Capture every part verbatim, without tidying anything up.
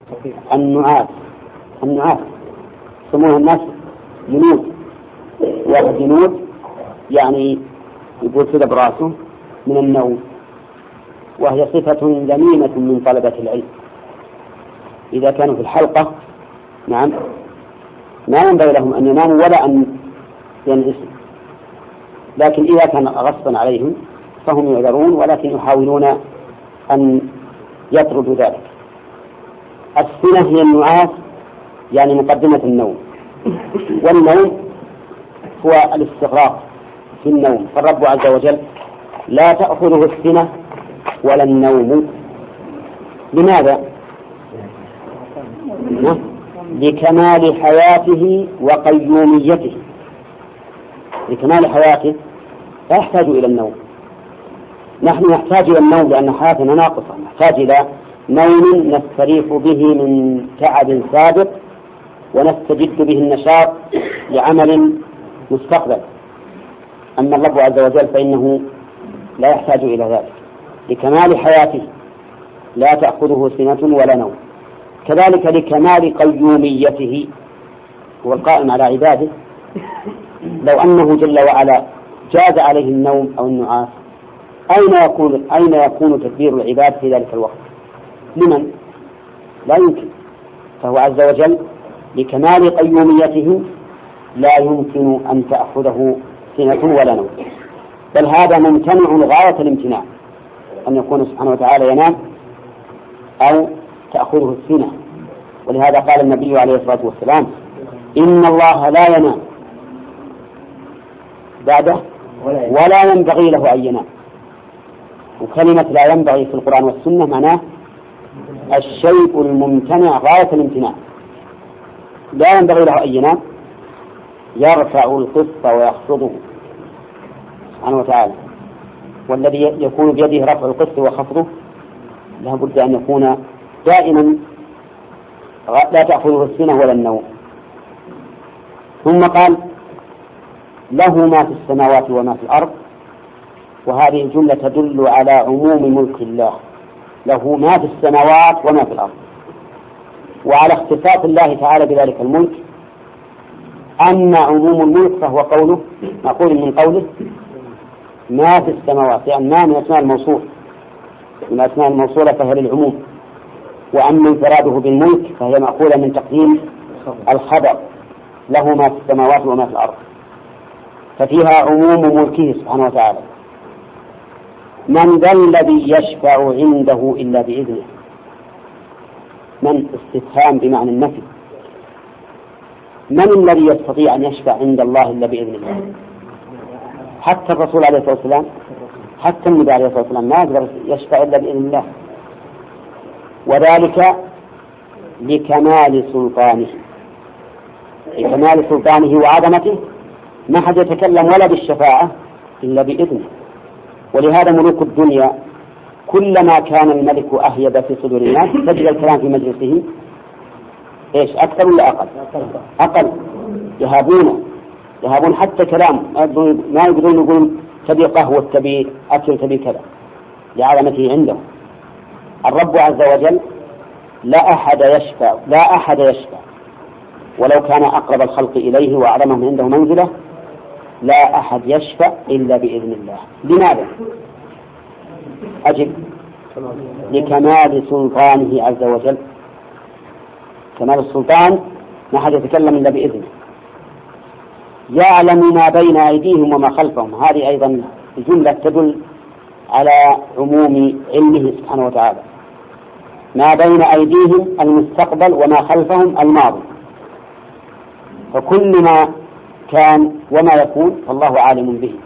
النعاس النعاس يسمونها الناس جنود، واحد جنود يعني يقول كذا براسه من النوم، وهي صفة ذميمة من طلبة العلم. إذا كانوا في الحلقة نعم ما ينبغي لهم أن يناموا ولا أن ينعسوا، لكن إذا كان غصبا عليهم فهم يعذرون، ولكن يحاولون أن يطردوا ذلك. السنة هي النعاس يعني مقدمة النوم، والنوم هو الاستغراق في النوم، فالرب عز وجل لا تأخذه السنة ولا النوم. لماذا؟ لكمال حياته وقيوميته، لكمال حياته لا يحتاج إلى النوم. نحن نحتاج إلى النوم لأن حياتنا ناقصة، نحتاج إلى نوم نستريح به من تعب سابق ونستجد به النشاط لعمل مستقبل. أما الرب عز وجل فإنه لا يحتاج إلى ذلك، لكمال حياته لا تأخذه سنة ولا نوم. كذلك لكمال قيوميته، هو القائم على عباده. لو أنه جل وعلا جاز عليه النوم أو النعاس أين يكون أين يكون تدبير العباد في ذلك الوقت؟ لمن؟ لا يمكن. فهو عز وجل لكمال قيوميته لا يمكن أن تأخذه سنة ولا نوم، بل هذا ممتنع غاية الامتناع أن يكون سبحانه وتعالى ينام أو تأخذه السنة. ولهذا قال النبي عليه الصلاة والسلام: إن الله لا ينام بعده ولا ينبغي له أن ينام. وكلمة لا ينبغي في القرآن والسنة معناه الشيء الممتنع غاية الامتناع. لا ينبغي له أن ينام، يرفع القسط ويخفضه سبحانه وتعالى، والذي يكون بيده رفع القسط وخفضه لا بد أن يكون دائما لا تأخذه السنة ولا النوم. ثم قال: له ما في السماوات وما في الأرض، وهذه الجملة تدل على عموم ملك الله، له ما في السماوات وما في الأرض، وعلى اختصاص الله تعالى بذلك الملك. أما عموم الملك فهو قوله مأخوذ من قوله ما في السماوات، يعني ما من أسماء الموصول، من أسماء الموصولة فهي للعموم. وأما انفراده بالملك فهي مأخوذة من تقديم الخبر، له ما في السماوات وما في الأرض، ففيها عموم ملكه سبحانه وتعالى. من ذا الذي يشفع عنده إلا بإذنه؟ من استفهام بمعنى النفي. من الذي يستطيع أن يشفع عند الله إلا بإذن الله؟ حتى الرسول عليه الصلاة والسلام، حتى النبي عليه الصلاة والسلام ما يقدر يشفع إلا بإذن الله، وذلك لكمال سلطانه، لكمال سلطانه وعظمته. ما حد يتكلم ولا بالشفاعة إلا بإذنه. ولهذا ملوك الدنيا كلما كان الملك أهيب في صدور الناس تجد الكلام في مجلسه إيش أكثر ولا أقل؟ أقل. يهابون يهابون حتى كلام ما يقدرون يقولون تبي قهوة تبي أكل تبي كذا لعظمته عنده. الرب عز وجل لا أحد يشفع لا أحد يشفع ولو كان أقرب الخلق إليه وأعظمهم عنده منزلة، لا أحد يشفع إلا بإذن الله. لماذا؟ أجب: لكمال سلطانه عز وجل. كمال السلطان ما أحد يتكلم إلا بإذنه. يعلم ما بين أيديهم وما خلفهم، هذه أيضا الجملة تدل على عموم علمه سبحانه وتعالى. ما بين أيديهم المستقبل وما خلفهم الماضي، فكل ما كان وما يكون فالله عالم به.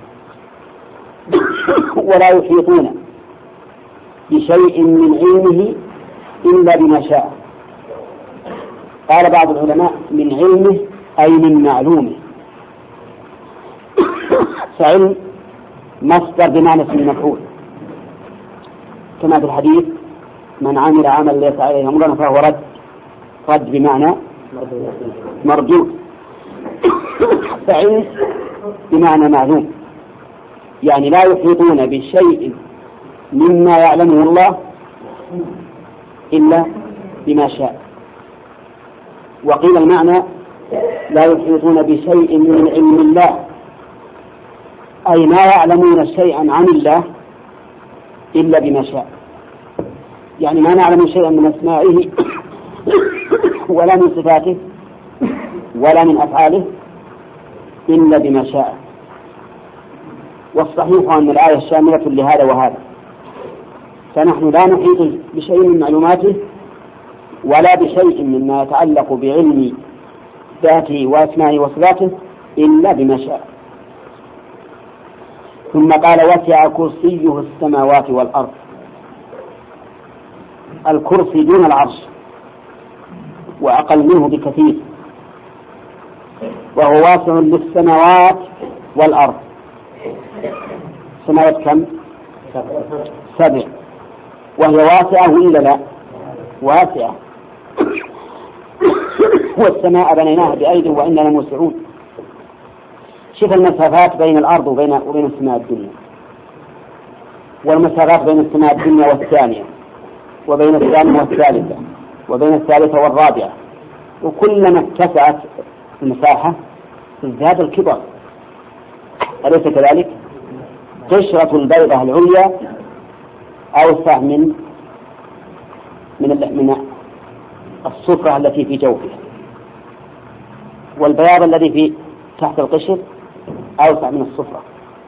ولا يحيطون بشيء من علمه إلا بما شاء. قال بعض العلماء من علمه أي من معلومه. فعلم مصدر بمعنى اسم المفعول، كما في الحديث: من عمل عمل ليس عليه أمرنا فهو رد. رد بمعنى مردود. فعلم بمعنى معلوم، يعني لا يحيطون بشيء مما يعلمه الله إلا بما شاء. وقيل المعنى لا يحيطون بشيء من علم الله، أي ما يعلمون شيئا عن الله إلا بما شاء، يعني ما نعلم شيئا من أسمائه ولا من صفاته ولا من أفعاله إلا بما شاء. والصحيح أن الآية شاملة لهذا وهذا، فنحن لا نحيط بشيء من معلوماته ولا بشيء مما يتعلق بعلم ذاته وأسمائه وصفاته إلا بما شاء. ثم قال وسع كرسيه السماوات والأرض. الكرسي دون العرش وأقل منه بكثير، وهو واسع للسماوات والأرض. السماوات كم؟ سبع، وهي واسعة وإلا لا؟ واسعة. والسماء بنيناها بأيد وإنا لموسعون. شوف المسافات بين الأرض وبين وبين السماء الدنيا، والمسافات بين السماء الدنيا والثانية، وبين الثانية والثالثة، وبين الثالثة والرابعة، وكلما اتسعت المساحة ازداد الكبر، أليس كذلك؟ قشرة البيضة العليا أوسع من من من الصفرة التي في جوفها، والبياض الذي في تحت القشر أوسع من الصفرة.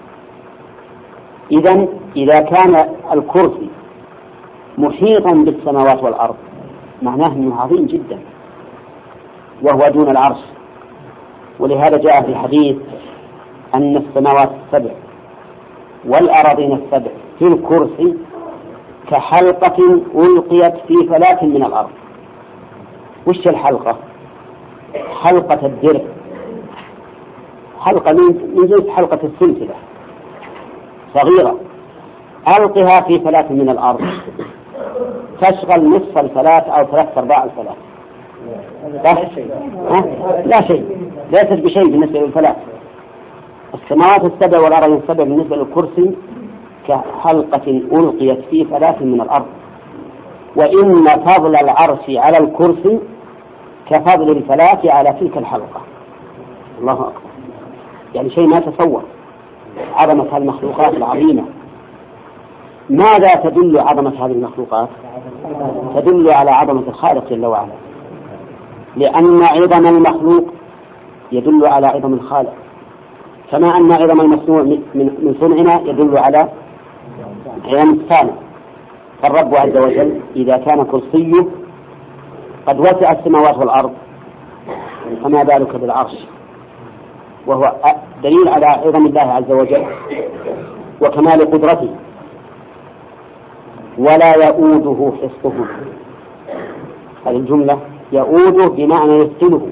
إذن إذا كان الكرسي محيطا بالسماوات والأرض معناه أنه عظيم جدا، وهو دون العرش. ولهذا جاء في حديث أن السماوات السبع والأراضين السبع في الكرسي كحلقة ألقيت في فلاة من الأرض. وش الحلقة؟ حلقة الدرع، حلقة من جنس حلقة السلسلة صغيرة، ألقها في فلاة من الأرض تشغل نصف الفلاة أو ثلاث أرباع الفلاة. لا شيء، لا شيء، ليست بشيء بالنسبة للفلاة. السماوات السبع والأرض السبع بالنسبة للكرسي كحلقة ألقيت في فلاة من الأرض. وإن فضل العرش على الكرسي كفضل الفلاة على تلك الحلقة. الله أكبر، يعني شيء ما تصور عظمة هذه المخلوقات العظيمة. ماذا تدل عظمة هذه المخلوقات؟ تدل على عظمة الخالق جل وعلا، لأن عظم المخلوق يدل على عظم الخالق، كما أن عظم المصنوع من صنعنا يدل على عظم الصانع. فالرب عز وجل إذا كان كرسيه قد وسع السماوات والأرض فما بالك بالعرش، وهو دليل على عظم الله عز وجل وكمال قدرته. ولا يؤوده حفظهما. هذه الجملة يؤوده بمعنى يثقله.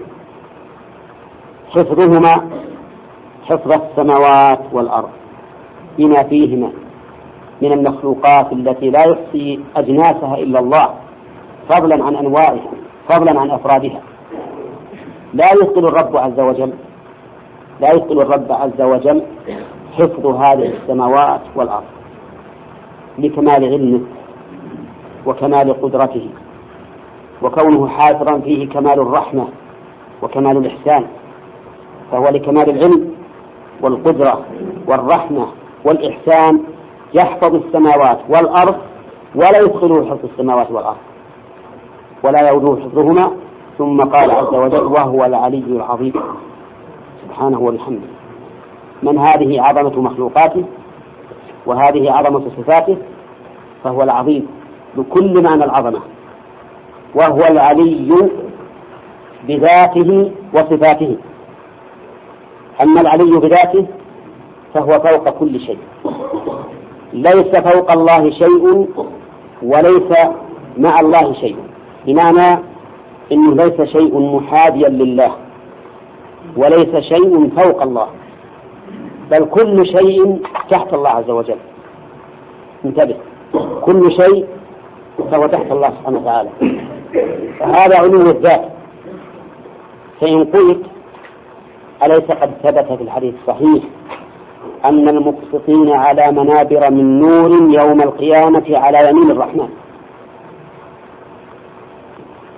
حفظهما حفظ السماوات والأرض بما فيهما من المخلوقات التي لا يحصي أجناسها إلا الله، فضلا عن أنواعها، فضلا عن أفرادها. لا يثقل الرب عز وجل لا يثقل الرب عز وجل حفظ هذه السماوات والأرض لكمال علمه وكمال قدرته، وكونه حافظا فيه كمال الرحمة وكمال الإحسان، فهو لكمال العلم والقدرة والرحمة والإحسان يحفظ السماوات والأرض ولا يدخله حفظ السماوات والأرض ولا يؤوده حفظهما. ثم قال عز وجل وهو العلي العظيم سبحانه وبحمده. من هذه عظمة مخلوقاته وهذه عظمة صفاته، فهو العظيم بكل معنى العظمة، وهو العلي بذاته وصفاته. أما العلي بذاته فهو فوق كل شيء، ليس فوق الله شيء وليس مع الله شيء، بمعنى إنه ليس شيء محاذيا لله وليس شيء فوق الله، بل كل شيء تحت الله عز وجل. انتبه، كل شيء فهو تحت الله سبحانه وتعالى، فهذا علو الذات. فإن قلت أليس قد ثبت في الحديث الصحيح أن المقسطين على منابر من نور يوم القيامة على يمين الرحمن؟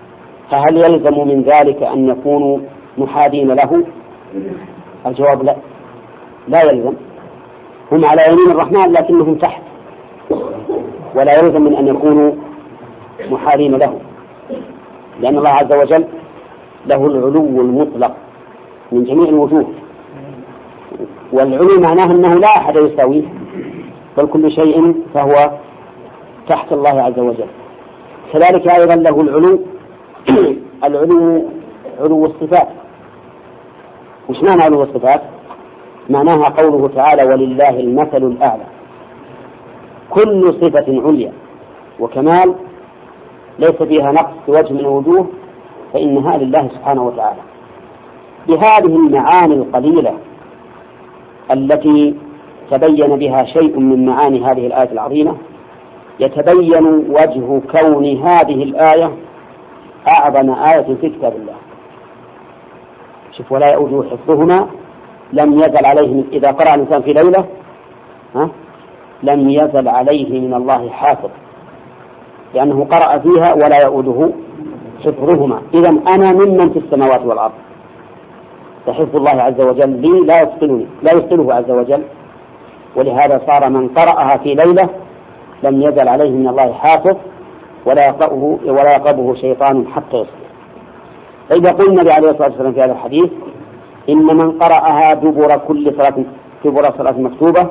فهل يلزم من ذلك أن يكونوا محاذين له؟ الجواب لا، لا يلزم. هم على يمين الرحمن لكنهم تحت، ولا يلزم من أن يكونوا محاذين له، لأن الله عز وجل له العلو المطلق من جميع الوجوه، والعلو معناه أنه لا أحد يساويه، بل كل شيء فهو تحت الله عز وجل. كذلك أيضا له العلو العلو علو الصفات. وش معنى علو الصفات؟ معناها قوله تعالى ولله المثل الأعلى. كل صفة عليا وكمال ليس فيها نقص في وجه من الوجوه فإنها لله سبحانه وتعالى. بهذه المعاني القليلة التي تبين بها شيء من معاني هذه الآية العظيمة يتبين وجه كون هذه الآية أعظم آية في كتاب الله. شوف ولا يؤوده حفظهما لم يزل عليه إذا قرأ الإنسان في ليلة ها لم يزل عليه من الله حافظ، لأنه قرأ فيها ولا يؤوده حفظهما. إذن أنا ممن في السماوات والأرض، فحفظ الله عز وجل لي لا يثقلني لا يثقله عز وجل، ولهذا صار من قرأها في ليلة لم يزل عليه من الله حافظ ولا يقربه ولا يقربه شيطان حتى يصبح. فإذا قلنا النبي عليه الصلاة والسلام في هذا الحديث إن من قرأها دبر كل صلاة دبر صلاة مكتوبة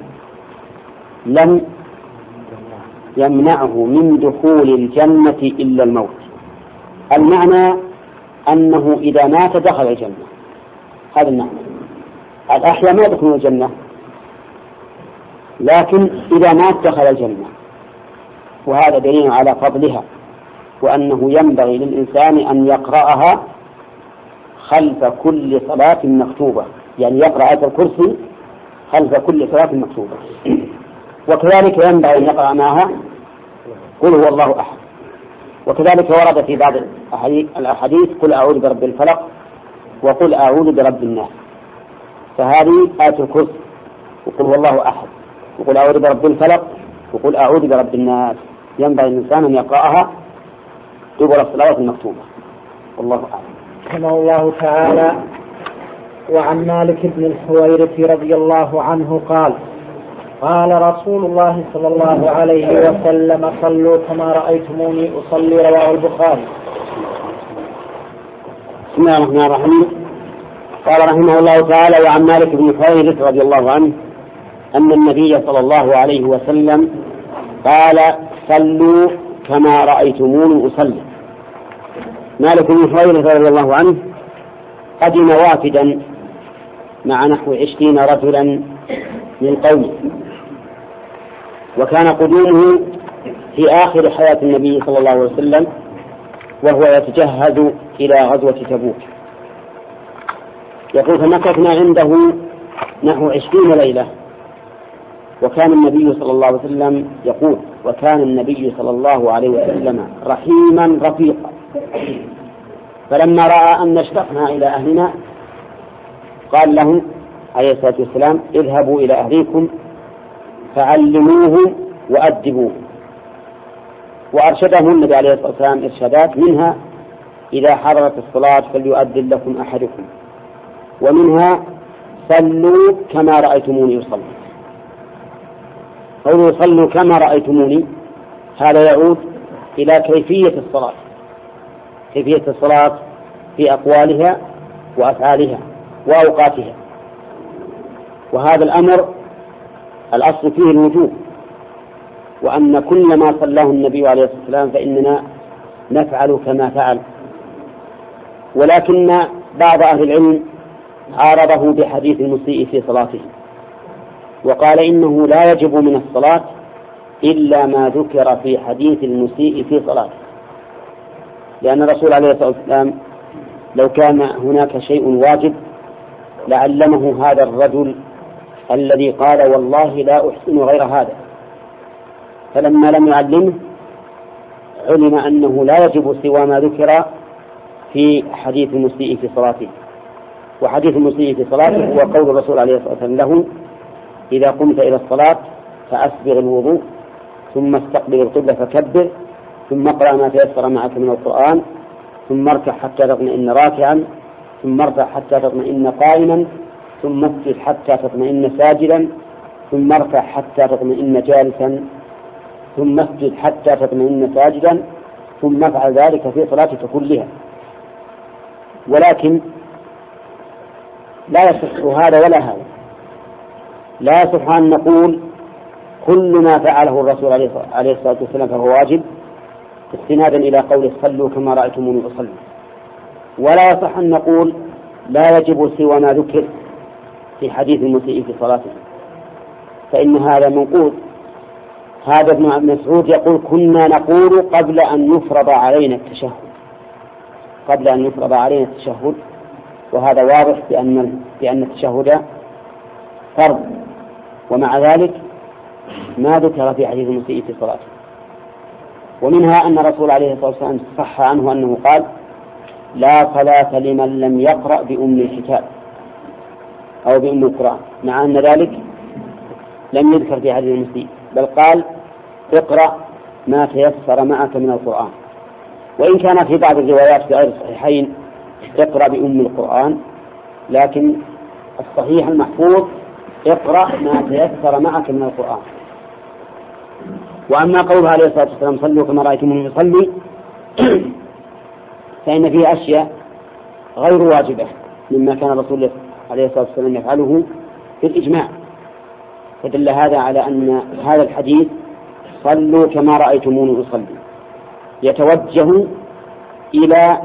لم يمنعه من دخول الجنة إلا الموت. المعنى أنه إذا مات دخل الجنة، هذا المعنى. الأحياء ما يدخلون الجنة، لكن إذا مات دخل الجنة، وهذا دليل على فضلها، وأنه ينبغي للإنسان أن يقرأها خلف كل صلاة مكتوبة، يعني يقرأ آية الكرسي خلف كل صلاة مكتوبة. وكذلك ينبغي أن يقرأ معها قل هو الله أحد. وكذلك ورد في بعض الأحاديث قل أعوذ برب الفلق وقل أعوذ برب الناس، فهذه آية الكرسي وقل هو الله أحد وقل أعوذ برب الفلق وقل أعوذ برب الناس، ينبغي الإنسان أن يقرأها دبر الصلوات المكتوبة. والله أعلم. رحمه الله تعالى. وعن مالك بن الحويرث رضي الله عنه قال قال رسول الله صلى الله عليه وسلم صلوا كما رأيتموني أصلي، رواه البخاري. بسم الله الرحمن الرحيم. قال رحمه الله تعالى وعن مالك بن الحويرث رضي الله عنه أن النبي صلى الله عليه وسلم قال صلوا كما رأيتموني أصلي. مالك بن الحويرث رضي الله عنه قدم وافدا مع نحو عشرين رجلا من قومه، وكان قدومه في آخر حياة النبي صلى الله عليه وسلم وهو يتجهز إلى غزوة تبوك. يقول فمكثنا عنده نحو عشرين ليلة، وكان النبي صلى الله عليه وسلم يقول وكان النبي صلى الله عليه وسلم رحيما رفيقا، فلما رأى أن اشتقنا إلى أهلنا قال لهم عليه الصلاة والسلام اذهبوا إلى أهليكم فعلموهم وأدبوهم. وأرشدهم النبي عليه الصلاة والسلام إرشادات، منها إذا حضرت الصلاة فليؤذن لكم أحدكم، ومنها صلوا كما رأيتموني يصلي. قولوا صلوا كما رأيتموني هذا يعود إلى كيفية الصلاة، كيفية الصلاة في أقوالها وأفعالها وأوقاتها، وهذا الأمر الأصل فيه الوجوب، وأن كل ما صلاه النبي عليه الصلاة والسلام فإننا نفعل كما فعل. ولكن بعض أهل العلم عارضه بحديث المسيء في صلاته وقال إنه لا يجب من الصلاة إلا ما ذكر في حديث المسيء في صلاته، لأن الرسول عليه الصلاة والسلام لو كان هناك شيء واجب لعلمه هذا الرجل الذي قال والله لا أحسن غير هذا، فلما لم يعلمه علم أنه لا يجب سوى ما ذكر في حديث المسيء في صلاته. وحديث المسيء في صلاته هو قول الرسول عليه الصلاة والسلام له إذا قمت إلى الصلاة فأسبغ الوضوء ثم استقبل القبلة فكبر ثم اقرأ ما تيسر معك من القرآن ثم اركع حتى تطمئن راكعا، ثم ارفع حتى تطمئن قائما، ثم اسجد حتى تطمئن ساجدا، ثم ارفع حتى تطمئن جالسا، ثم اسجد حتى تطمئن ساجدا، ثم افعل ذلك في صلاتك كلها. ولكن لا يصح هذا ولا هذا، لا يصح أن نقول كل ما فعله الرسول عليه الصلاة والسلام فهو واجب استنادا إلى قوله صلوا كما رأيتموني أصلي، ولا يصح أن نقول لا يجب سوى ما ذكر في حديث المسيء في صلاته، فإن هذا منقول. هذا ابن مسعود يقول كنا نقول قبل أن يفرض علينا التشهد، قبل أن يفرض علينا التشهد، وهذا واضح بأن بأن التشهد فرض، ومع ذلك ما ذكر في حديث المسيء في صلاته. ومنها أن الرسول عليه الصلاة والسلام صح عنه أنه قال لا صلاة لمن لم يقرأ بأم الكتاب أو بأم القرآن، مع أن ذلك لم يذكر في حديث المسيء، بل قال اقرأ ما تيسر معك من القرآن. وإن كان في بعض الروايات في غير الصحيحين اقرأ بأم القرآن، لكن الصحيح المحفوظ اقرأ ما تيسر معك من القرآن. وأما قوله عليه الصلاة والسلام صلوا كما رأيتموني أصلي فإن فيه أشياء غير واجبة مما كان الرسول عليه الصلاة والسلام يفعله في الإجماع، فدل هذا على أن هذا الحديث صلوا كما رأيتموني أصلي يتوجه إلى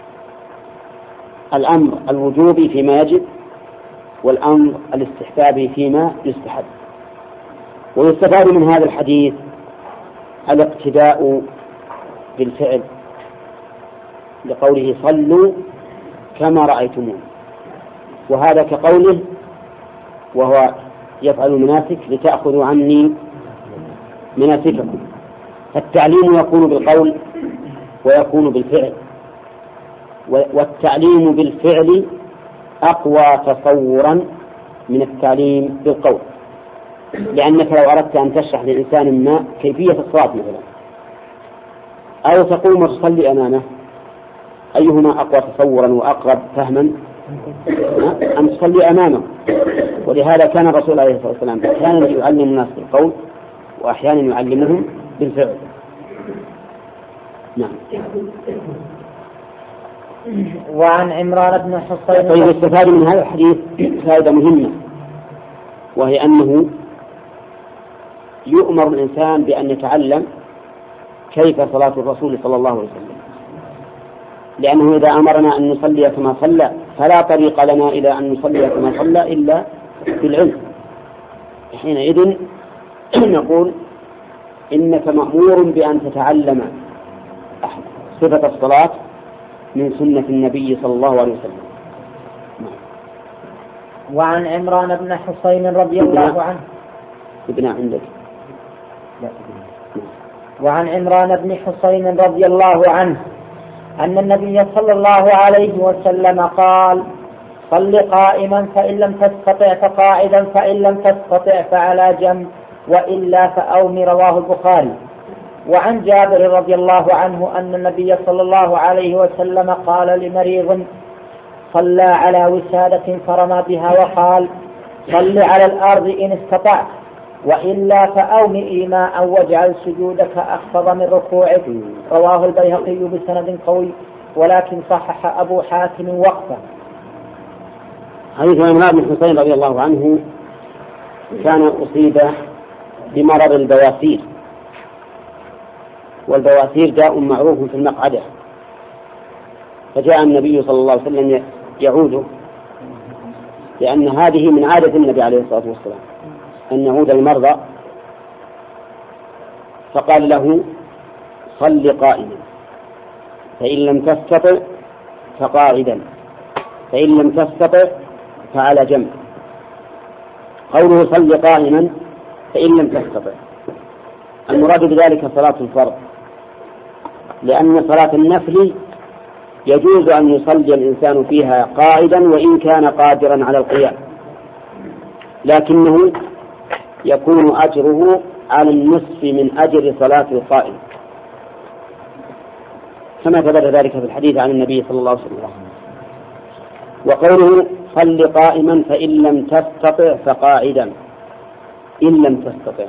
الأمر الوجوبي فيما يجب والأمر الاستحبابي فيما يستحب. ويستفاد من هذا الحديث الاقتداء بالفعل لقوله صلوا كما رأيتمون، وهذا كقوله وهو يفعل المناسك لتأخذوا عني مناسككم، فالتعليم يكون بالقول ويكون بالفعل، والتعليم بالفعل أقوى تصورا من التعليم بالقول، لأنك لو أردت أن تشرح لإنسان ما كيفية الصلاة مثلا أو تقوم وتصلي أمامه، أيهما أقوى تصورا وأقرب فهما؟ أن تصلي أمامه. ولهذا كان الرسول عليه الصلاة والسلام أحيانا يعلم الناس بالقول وأحيانا يعلمهم بالفعل. نعم. وعن عمران بن حصين. طيب، استفاد من هذا الحديث فائدة مهمة، وهي أنه يؤمر الإنسان بأن يتعلم كيف صلاة الرسول صلى الله عليه وسلم، لأنه إذا أمرنا أن نصلي كما صلى فلا طريق لنا إلى أن نصلي كما صلى إلا بالعلم. حينئذ نقول إنك مأمور بأن تتعلم صفة الصلاة من سنة النبي صلى الله عليه وسلم. وعن عمران بن حصين رضي الله عنه ابن عندك لا. وعن عمران بن حصين رضي الله عنه أن النبي صلى الله عليه وسلم قال صل قائما فإن لم تستطع فقاعدا فإن لم تستطع فعلى جنب وإلا فأوم، رواه البخاري. وعن جابر رضي الله عنه أن النبي صلى الله عليه وسلم قال لمريض صلى على وسادة فرمى بها وقال صل على الأرض إن استطعت وإلا فأوم إيماء واجعل سجودك أخفض من ركوعك، رواه البيهقي بسند قوي ولكن صحح أبو حاتم وقفه. حديث عمران بن حصين رضي الله عنه كان أصيب بمرض البواسير، والبواسير داء معروف في المقعدة، فجاء النبي صلى الله عليه وسلم يعوده، لأن هذه من عادة النبي عليه الصلاة والسلام أن يعود المرضى، فقال له صل قائما فإن لم تستطع فقاعدا فإن لم تستطع فعلى جنب. قوله صل قائما فإن لم تستطع المراد بذلك صلاة الفرض، لأن صلاة النفل يجوز أن يصلي الإنسان فيها قاعدا وإن كان قادرا على القيام، لكنه يكون أجره على النصف من أجر صلاة القائم. كما ثبت ذلك في الحديث عن النبي صلى الله عليه وسلم. وقوله صل قائما فإن لم تستطع فقاعدا، إن لم تستطع،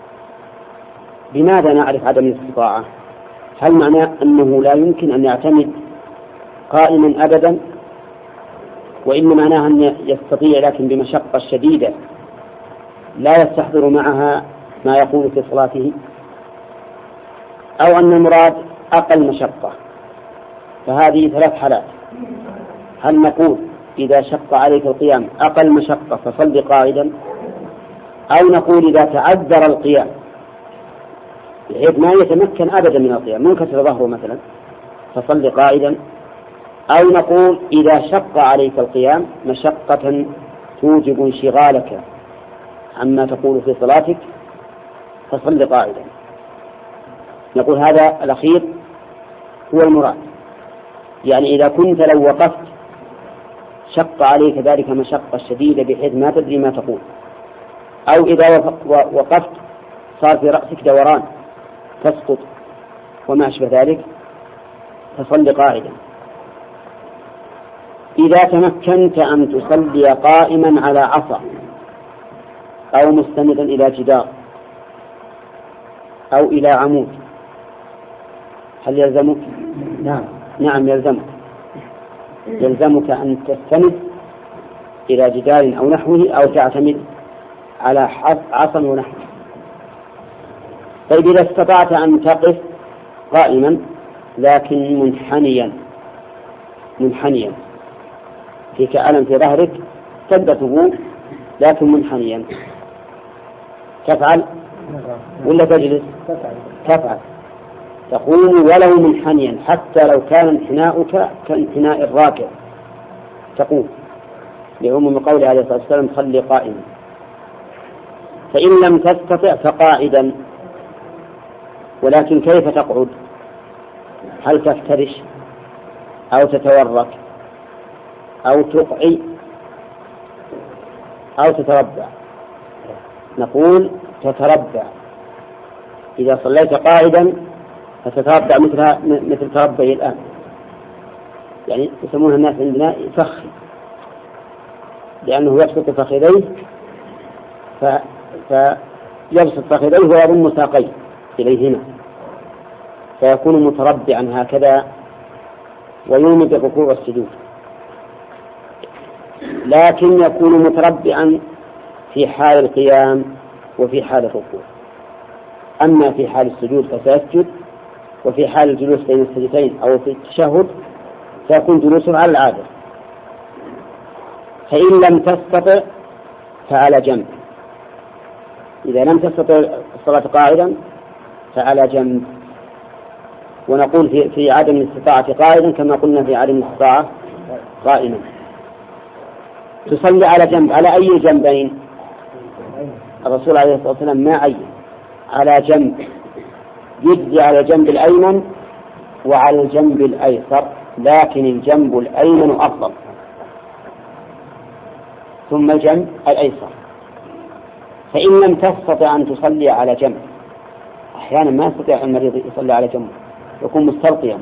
بماذا نعرف عدم الاستطاعة؟ هل معناه أنه لا يمكن أن يعتمد قائما أبدا، وإن معناها أن يستطيع لكن بمشقة شديدة لا يستحضر معها ما يقول في صلاته، أو أن المراد أقل مشقة؟ فهذه ثلاث حالات. هل نقول إذا شق عليك القيام أقل مشقة فصل قاعدا، أو نقول إذا تعذر القيام بحيث ما يتمكن أبدا من القيام منكسر ظهره مثلا فصل قاعدا، أو نقول إذا شق عليك القيام مشقة توجب انشغالك عما تقول في صلاتك فصل قاعدا. نقول هذا الأخير هو المراد، يعني إذا كنت لو وقفت شق عليك ذلك مشقة شديدة بحيث ما تدري ما تقول، أو إذا وقفت صار في رأسك دوران تسقط وما أشبه ذلك فصل قاعدا. إذا تمكنت أن تصلي قائما على عصا أو مستندا إلى جدار أو إلى عمود هل يلزمك؟ نعم نعم يلزمك، يلزمك أن تستند إلى جدار أو نحوه أو تعتمد على عصا ونحوه. طيب إذا استطعت أن تقف قائما لكن منحنيا منحنيا فيك ألم في ظهرك تبدأ تقول لكن منحنيا، تفعل ولا تجلس؟ تفعل، تقوم ولو منحنيا حتى لو كان انحناؤك كانحناء الراكع تقوم، لعموم قوله عليه الصلاة والسلام صل قائما. فإن لم تستطع فقاعدا، ولكن كيف تقعد؟ هل تفترش أو تتورك أو تقعي أو تتربع؟ نقول تتربع. إذا صليت قاعدا فتتربع مثل مثل تربعي الآن، يعني يسمونها الناس عندنا فخي، لأنه يبسط فخذيه فيبسط فخذيه ويضم ساقيه إليهما فيكون متربعا هكذا ويومد الركوع والسجود، لكن يكون متربعا في حال القيام وفي حال الركوع. أما في حال السجود فسيسجد، وفي حال الجلوس بين السجدتين أو في التشهد سيكون جلوسه على العادة. فإن لم تستطع فعلى جنب، إذا لم تستطع الصلاة قاعدا فعلى جنب. ونقول في, في عدم الاستطاعة قاعدا كما قلنا في عدم الاستطاعة قائما. تصلي على جنب، على أي جنبين؟ الرسول عليه الصلاة والسلام ما عين، على جنب، يجزي على الجنب الأيمن وعلى الجنب الأيسر، لكن الجنب الأيمن أفضل ثم الجنب الأيسر. فإن لم تستطع أن تصلي على جنب، أحيانا ما يستطيع المريض يصلي على جنب يكون مستلقيا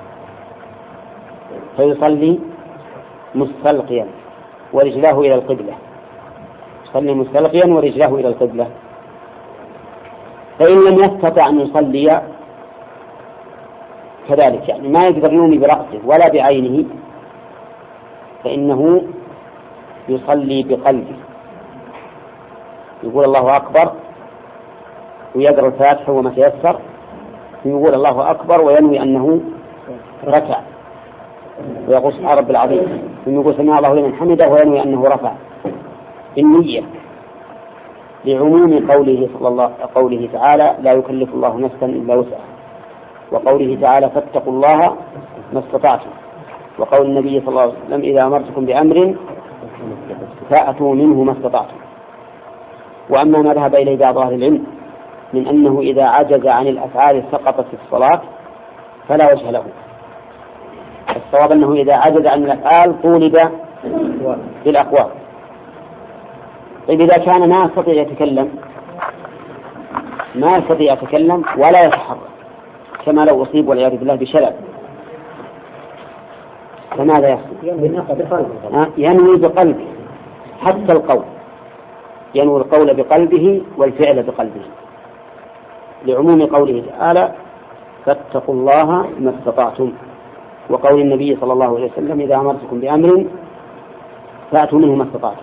فيصلي مستلقيا ورجلاه إلى القبلة، يصلي مستلقيا ورجلاه إلى القبلة. فإن لم يستطع أن يصلي كذلك، يعني ما يقدر يومي برأسه ولا بعينه، فإنه يصلي بقلبه، يقول الله أكبر ويقرأ الفاتحة وما تيسر، يقول الله أكبر وينوي أنه ركع ويقول سبحان رب العظيم، يقول سمع الله لمن حمده وينوي أنه رفع بالنية، لعموم قوله صلى الله قوله تعالى لا يكلف الله نفسا إلا وسعها، وقوله تعالى فاتقوا الله ما استطعتم، وقول النبي صلى الله عليه وسلم إذا أمرتكم بأمر فأتوا منه ما استطعتم. وأما ما ذهب إليه بعض أهل العلم من أنه إذا عجز عن الأفعال سقطت في الصلاة فلا وجه له، الصواب أنه إذا عجز عن الأفعال طولب بالأقوال. طيب إذا كان ما يستطيع يتكلم ما يستطيع يتكلم ولا يتحرك، كما لو أصيب والعياذ بالله بشلل فماذا يحصل؟ ينوي بقلبه حتى القول، ينوي القول بقلبه والفعل بقلبه، لعموم قوله تعالى فاتقوا الله ما استطعتم، وقول النبي صلى الله عليه وسلم إذا أمرتكم بأمر فأتوا منه ما استطعتم.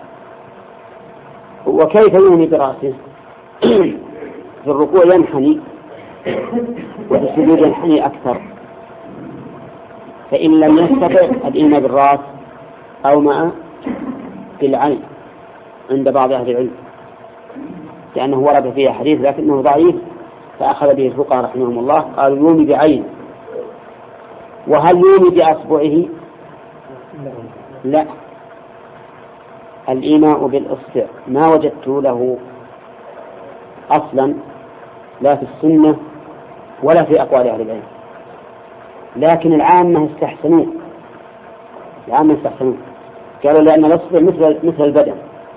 وكيف ينوي برأسه؟ في الركوع ينحني وفي السجود ينحني أكثر، فإن لم يستطع الإيمان بالرأس أو مع بالعين عند بعض أهل العلم، لأنه ورد فيه حديث لكنه ضعيف فأخذ به الفقهاء رحمهم الله، قالوا يومي بعين. وهل يومي بأصبعه؟ لا، الإيماء بالإصبع ما وجدت له أصلا لا في السنة ولا في أقوال أهل العلم، لكن العامة استحسنوا العامة استحسنوا قالوا لأن الإصبع مثل مثل البدن،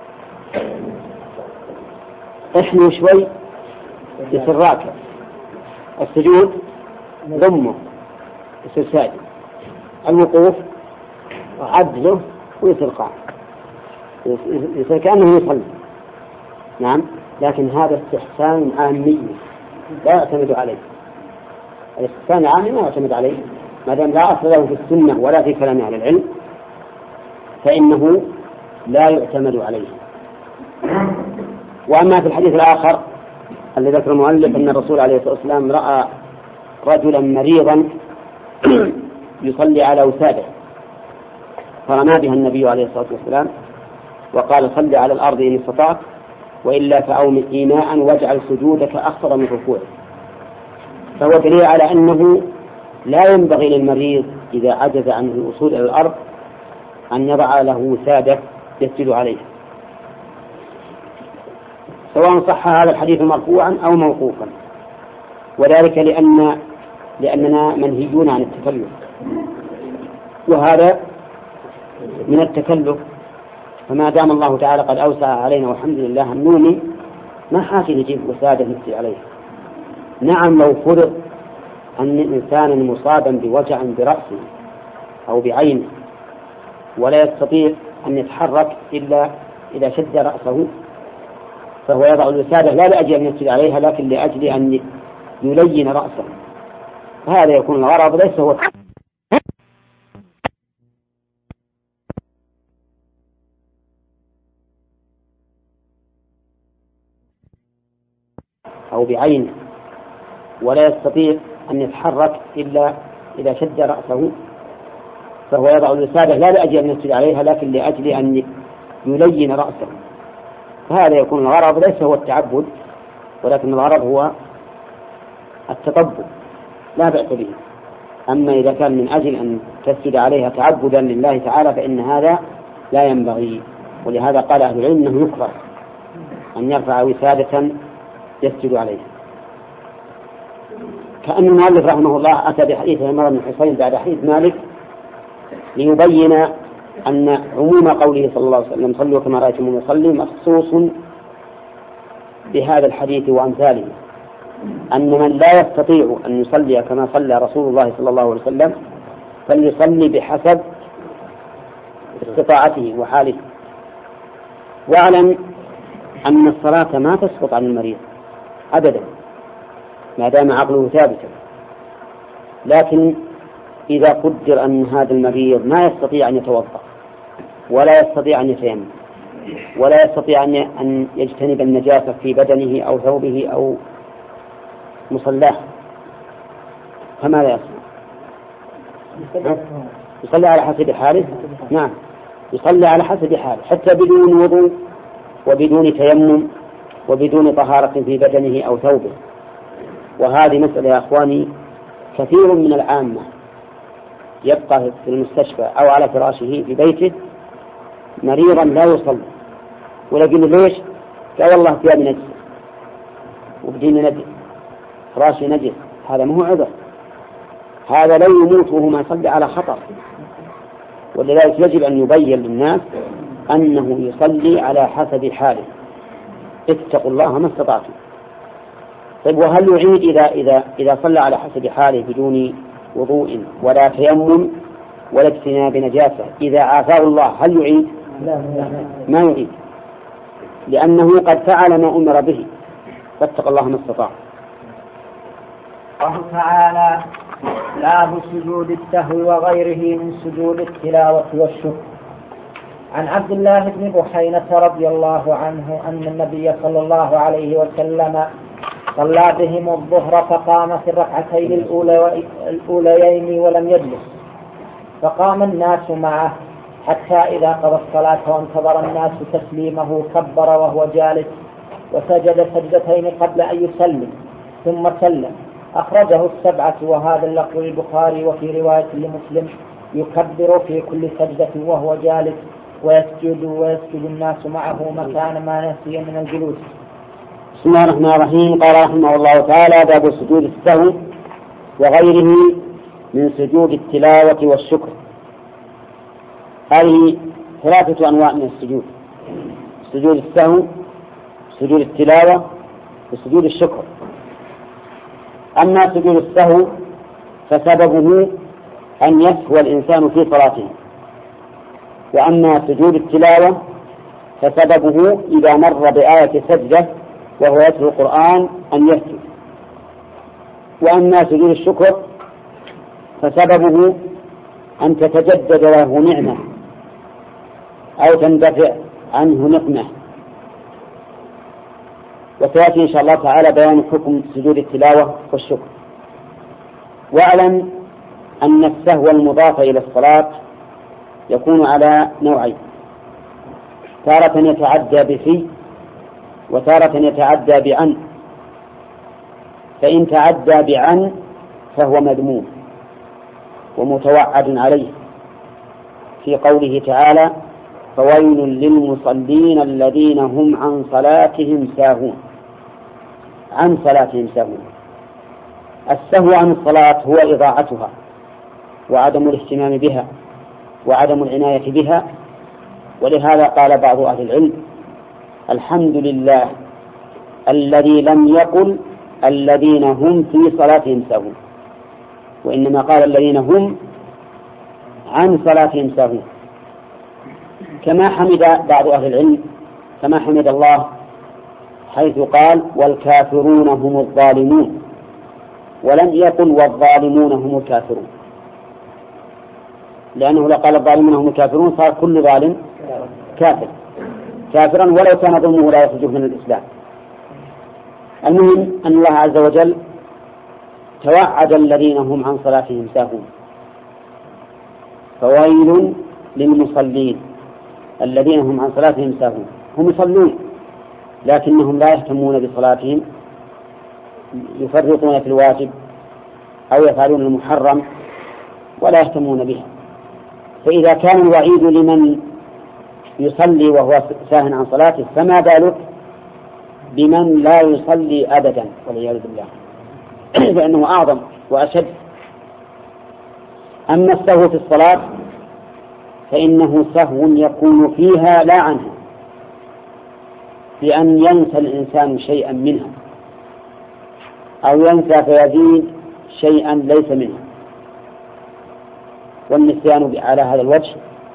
احنوا شوي يصير راكع، السجود ضمه يصير ساجد، الوقوف عدله ويصير قاعد، يصير كأنه يصلي. نعم، لكن هذا استحسان عامي لا يعتمد عليه، الاستحسان العامي ما يعتمد عليه ما دام لا أصل له في السنة ولا في كلام أهل العلم فإنه لا يعتمد عليه. وأما في الحديث الآخر الذي ذكر المؤلف أن الرسول عليه الصلاة والسلام رأى رجلا مريضا يصلي على وساده فرمى بها النبي عليه الصلاة والسلام وقال صل على الأرض إن استطعت وإلا فأومئ إيماء واجعل سجودك أخطر من ركوعك، فهو دليل على أنه لا ينبغي للمريض إذا عجز عن الوصول إلى الأرض أن يضع له وسادة يسجد عليه، سواء صح هذا الحديث مرفوعا أو موقوفا، وذلك لأن لأننا منهيون عن التكلف، وهذا من التكلف، فما دام الله تعالى قد أوسع علينا والحمد لله النوم ما حاجة نجيب وسادة نسجد عليه. نعم، لو فرض أن إنسانا مصابا بوجع برأسه أو بعينه ولا يستطيع أن يتحرك إلا إذا شد رأسه فهو يضع الوسادة لا لأجل أن يسجد عليها لكن لأجل أن يلين رأسه، هذا يكون الغرض ليس هو أو بعينه ولا يستطيع أن يتحرك إلا إذا شد رأسه فهو يضع الوسادة لا لأجل أن يسجد عليها لكن لأجل أن يلين رأسه، هذا يكون الغرض ليس هو التعبد ولكن الغرض هو التطبع لا بأس به. أما إذا كان من أجل أن تسجد عليها تعبدا لله تعالى فإن هذا لا ينبغي، ولهذا قال أهل العلم أنه يكره أن يرفع وسادة يسجد عليها. كأن المؤلف رحمه الله أتى بحديث عمر بن حصين بعد حديث مالك ليبين أن عموم قوله صلى الله عليه وسلم صلوا كما رأيتم يصلي مخصوص بهذا الحديث وأمثاله، أن من لا يستطيع أن يصلي كما صلى رسول الله صلى الله عليه وسلم فليصلي بحسب استطاعته وحاله. واعلم أن الصلاة ما تسقط عن المريض أبدا ما دام عقله ثابتا، لكن إذا قدر أن هذا المريض ما يستطيع أن يتوضأ ولا يستطيع أن يتيمم ولا يستطيع أن يجتنب النجاسة في بدنه أو ثوبه أو مصلاه فماذا يصنع؟ يصلي على حسب حاله. نعم، يصلي على حسب حاله حتى بدون وضوء وبدون تيمم وبدون طهارة في بدنه أو ثوبه. وهذه مسألة يا أخواني كثير من العامة يبقى في المستشفى أو على فراشه في بيته مريضا لا يصلي، ولكن ليش؟ قال والله ثيابي نجس وبديني نجس فراشي نجس، هذا ما هو عذر، هذا لو يموت وهو ما يصلي على خطر. ولذلك يجب أن يبين للناس أنه يصلي على حسب حاله، اتقوا الله ما استطعتم. طيب وهل يعيد إذا إذا إذا صلى على حسب حاله بدون وضوء ولا تيمم ولا اجتناب نجاسة إذا عافاه الله هل يعيد؟ ما يعيد، لأنه قد فعل ما أمر به، فاتق الله ما استطاع. الله تعالى باب سجود السهو وغيره من سجود التلاوة والشكر. عن عبد الله بن بحينة رضي الله عنه أن النبي صلى الله عليه وسلم صلى بهم الظهر فقام في الركعتين الأوليين ولم يجلس، فقام الناس معه حتى إذا قضى الصلاة وانتظر الناس تسليمه كبر وهو جالس وسجد سجدتين قبل أن يسلم ثم سلم. أخرجه السبعة، وهذا اللفظ للبخاري، وفي رواية لمسلم يكبر في كل سجدة وهو جالس ويسجد ويسجد الناس معه مكان ما نسي من الجلوس. بسم الله الرحمن الرحيم. قال رحمه الله تعالى: باب سجود السهو وغيره من سجود التلاوة والشكر. هذه ثلاثة أنواع من السجود: سجود السهو، سجود التلاوة، وسجود الشكر. أما سجود السهو فسببه أن يسهو الإنسان في صلاته، وأما سجود التلاوة فسببه إذا مر بآية سجدة وهو يتلو القرآن أن يسجد. وأما سجود الشكر فسببه أن تتجدد له نعمة أو تندفع عنه نقمة. وسيأتي إن شاء الله تعالى بيان حكم سجود التلاوة والشكر. واعلم أن السهو المضاف إلى الصلاة يكون على نوعين: تارة يتعدى بفي، وتارة يتعدى بعن. فإن تعدى بعن فهو مذموم ومتوعد عليه في قوله تعالى: فويل للمصلين الذين هم عن صلاتهم ساهون. عن صلاتهم ساهون. السهو عن الصلاة هو إضاعتها وعدم الاهتمام بها وعدم العناية بها. ولهذا قال بعض أهل العلم: الحمد لله الذي لم يقل الذين هم في صلاتهم ساهون، وإنما قال الذين هم عن صلاتهم ساهون. كما حمد بعض أهل العلم كما حمد الله حيث قال: والكافرون هم الظالمون، ولم يقل والظالمون هم الكافرون، لأنه لو قال الظالمون هم الكافرون صار كل ظالم كافر كافرا ولو كان ظلمه لا يخرجه من الإسلام. المهم أن الله عز وجل توعد الذين هم عن صلاتهم ساهون. فويل للمصلين الذين هم عن صلاتهم ساهون. هم يصلون لكنهم لا يهتمون بصلاتهم، يفرطون في الواجب أو يفعلون المحرم ولا يهتمون بها. فإذا كان الوعيد لمن يصلي وهو ساهٍ عن صلاته، فما بالك بمن لا يصلي أبدا والعياذ بالله، فإنه أعظم وأشد. أما السهو في الصلاة فإنه سهو يكون فيها لا عنها، بأن ينسى الإنسان شيئا منها أو ينسى فيزيد شيئا ليس منها. والنسيان على هذا الوجه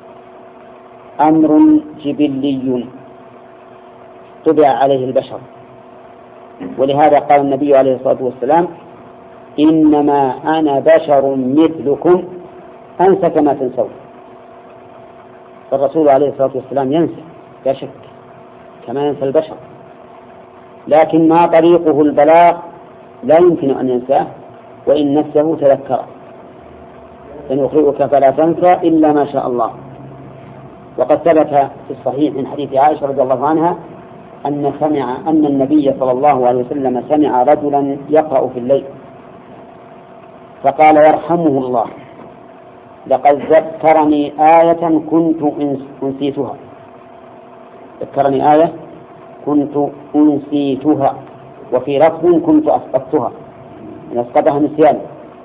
أمر جبلي طبع عليه البشر، ولهذا قال النبي عليه الصلاة والسلام: إنما أنا بشر مثلكم أنسى كما تنسون. فالرسول عليه الصلاة والسلام ينسى لا شك كما ينسى البشر، لكن ما طريقه البلاغ لا يمكن أن ينساه، وإن نسيه تذكره. سنقرئك فلا تنسى إلا ما شاء الله. وقد ثبت في الصحيح من حديث عائشة رضي الله عنها أن سمع أن النبي صلى الله عليه وسلم سمع رجلا يقرأ في الليل فقال: يرحمه الله، لقد ذكرني آية كنت أنسيتها. ذكرني آية كنت أنسيتها، وفي لفظ كنت أسقطتها، يعني أسقطها نسيان.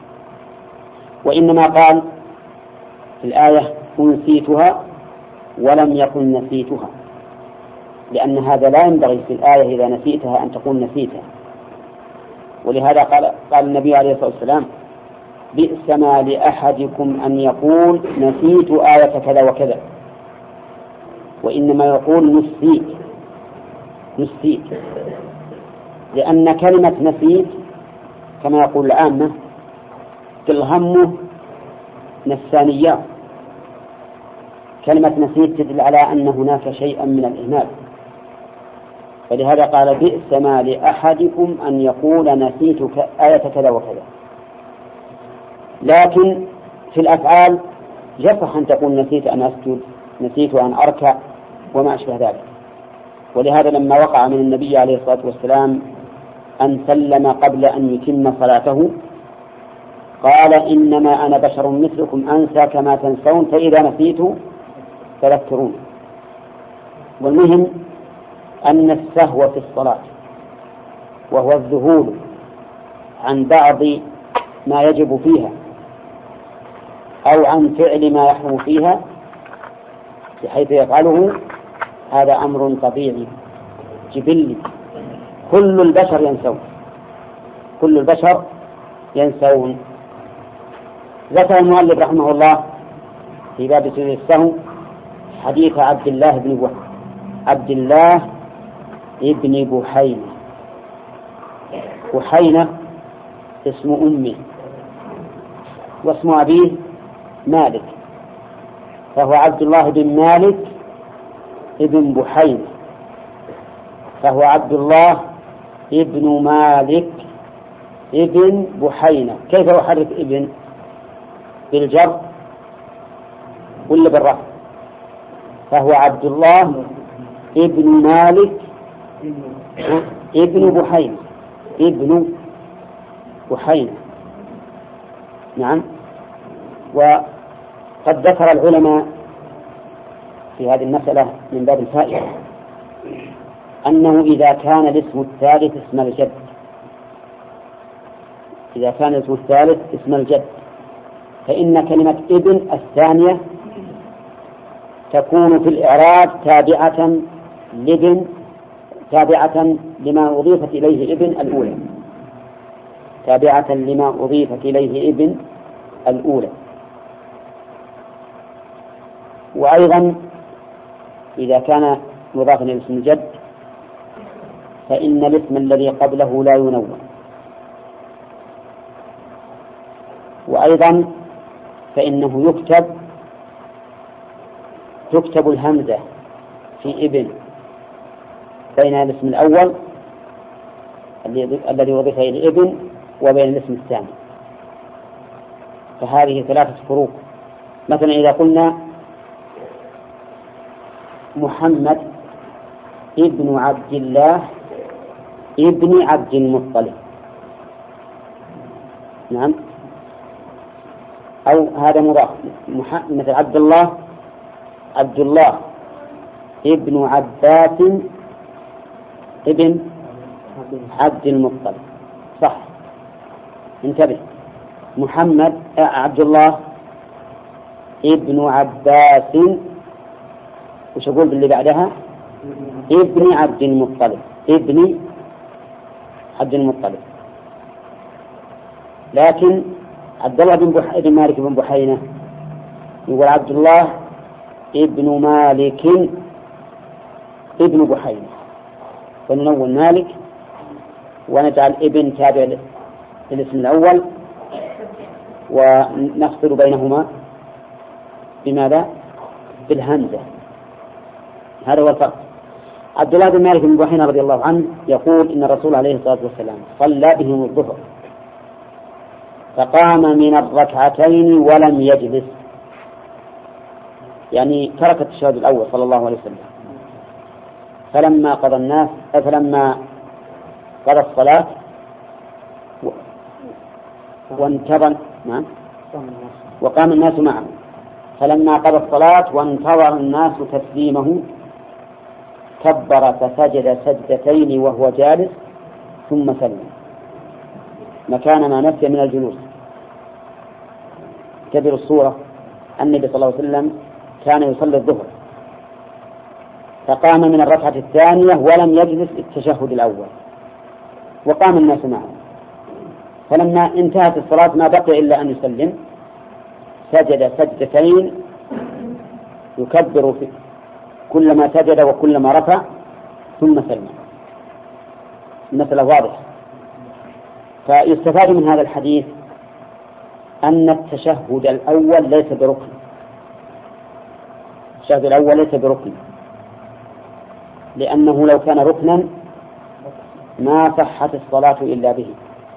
وإنما قال في الآية أنسيتها ولم يقل نسيتها، لأن هذا لا ينبغي في الآية إذا نسيتها أن تقول نسيتها. ولهذا قال, قال النبي عليه الصلاة والسلام: بئس ما لأحدكم أن يقول نسيت آية كذا وكذا، وإنما يقول نسيت نسيت، لأن كلمة نسيت كما يقول العامة تلهمه نسانيات. كلمة نسيت تدل على أن هناك شيئا من الإهمال، فلهذا قال بئس ما لأحدكم أن يقول نسيت آية كذا وكذا. لكن في الأفعال يصح أن تقول نسيت أن أسجد، نسيت أن أركع وما أشبه ذلك. ولهذا لما وقع من النبي عليه الصلاة والسلام أن سلم قبل أن يتم صلاته قال إنما أنا بشر مثلكم أنسى كما تنسون فإذا نسيت فذكرون. والمهم أن السهو في الصلاة وهو الذهول عن بعض ما يجب فيها أو عن فعل ما يحرم فيها بحيث يفعله، هذا أمر طبيعي جبلي، كل البشر ينسون، كل البشر ينسون. ذكر المؤلف رحمه الله في باب سجود السهو حديث عبد الله بن بح... عبد الله ابن بحينة. بحينة اسم أمه واسم أبيه مالك، فهو عبد الله بن مالك ابن بحينة، فهو عبد الله ابن مالك ابن بحينة. كيف أحرك ابن؟ بالجر ولا بالرفع؟ فهو عبد الله ابن مالك ابن بحينة ابن بحينة. نعم. وقد ذكر العلماء في هذه المسألة من باب الفائدة أنه إذا كان الاسم الثالث اسم الجد، إذا كان الاسم الثالث اسم الجد فإن كلمة ابن الثانية تكون في الإعراب تابعة لابن، تابعة لما أضيفت إليه ابن الأولى، تابعة لما أضيفت إليه ابن الأولى. وأيضا إذا كان مضافا إلى اسم الجد فإن الاسم الذي قبله لا ينون. وأيضا فإنه يكتب تكتب الهمزة في ابن بين الاسم الأول الذي وضيف إلى ابن وبين الاسم الثاني. فهذه ثلاثة فروق. مثلا إذا قلنا محمد ابن عبد الله ابن عبد المطلب، نعم، أو هذا مضاف، مثل عبد الله عبد الله ابن عباس ابن عبد المطلب، صح، انتبه. محمد عبد الله ابن عباس، وش أقول باللي بعدها؟ ابن عبد المطلب، ابن عبد المطلب. لكن عبد الله بن بح... ابن مالك بن بحينة يقول عبد الله ابن مالك ابن بحينة، فننون مالك ونجعل ابن تابع للاسم الأول ونفصل بينهما بماذا؟ بالهمزة. هذا هو الفرق. عبد الله بن مالك بن بحينة رضي الله عنه يقول إن الرسول عليه الصلاة والسلام صلى بهم الظهر فقام من الركعتين ولم يجلس، يعني ترك التشهد الأول صلى الله عليه وسلم. فلما قضى الناس فلما قضى الصلاة وانتظر نعم وقام الناس معه، فلما قضى الصلاة وانتظر الناس تسليمه كبر فسجد سجدتين وهو جالس ثم سلم مكان ما نسي من الجلوس. كبر الصورة النبي صلى الله عليه وسلم كان يصلي الظهر فقام من الركعة الثانية ولم يجلس التشهد الأول وقام الناس معه، فلما انتهت الصلاة ما بقي إلا أن يسلم، سجد سجدتين يكبر في كلما سجد وكلما رفع ثم سلم. المسألة واضحة. فيستفاد من هذا الحديث أن التشهد الأول ليس بركن. التشهد الأول ليس بركن، لأنه لو كان ركنا ما صحت الصلاة إلا به،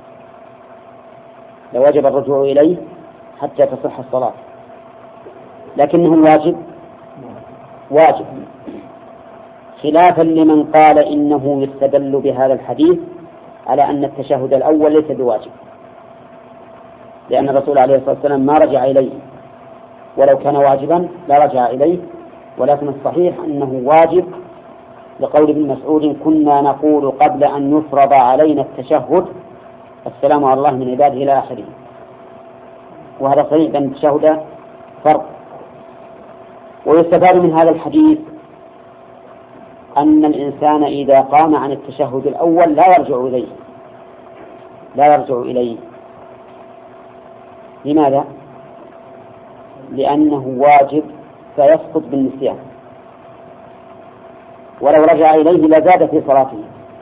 لوجب الرجوع إليه حتى تصح الصلاة، لكنه واجب واجب خلافا لمن قال إنه يستدل بهذا الحديث على أن التشهد الأول ليس بواجب، لأن الرسول عليه الصلاة والسلام ما رجع إليه، ولو كان واجبا لا رجع إليه، ولكن الصحيح أنه واجب لقول ابن مسعود: كنا نقول قبل أن يفرض علينا التشهد السلام على الله من عباده إلى آخره. وهذا صحيح بأن التشهد فرض. ويستفاد من هذا الحديث أن الإنسان إذا قام عن التشهد الأول لا يرجع إليه لا يرجع إليه لماذا؟ لأنه واجب فيسقط بالنسيان، ولو رجع إليه لزاد في صلاته.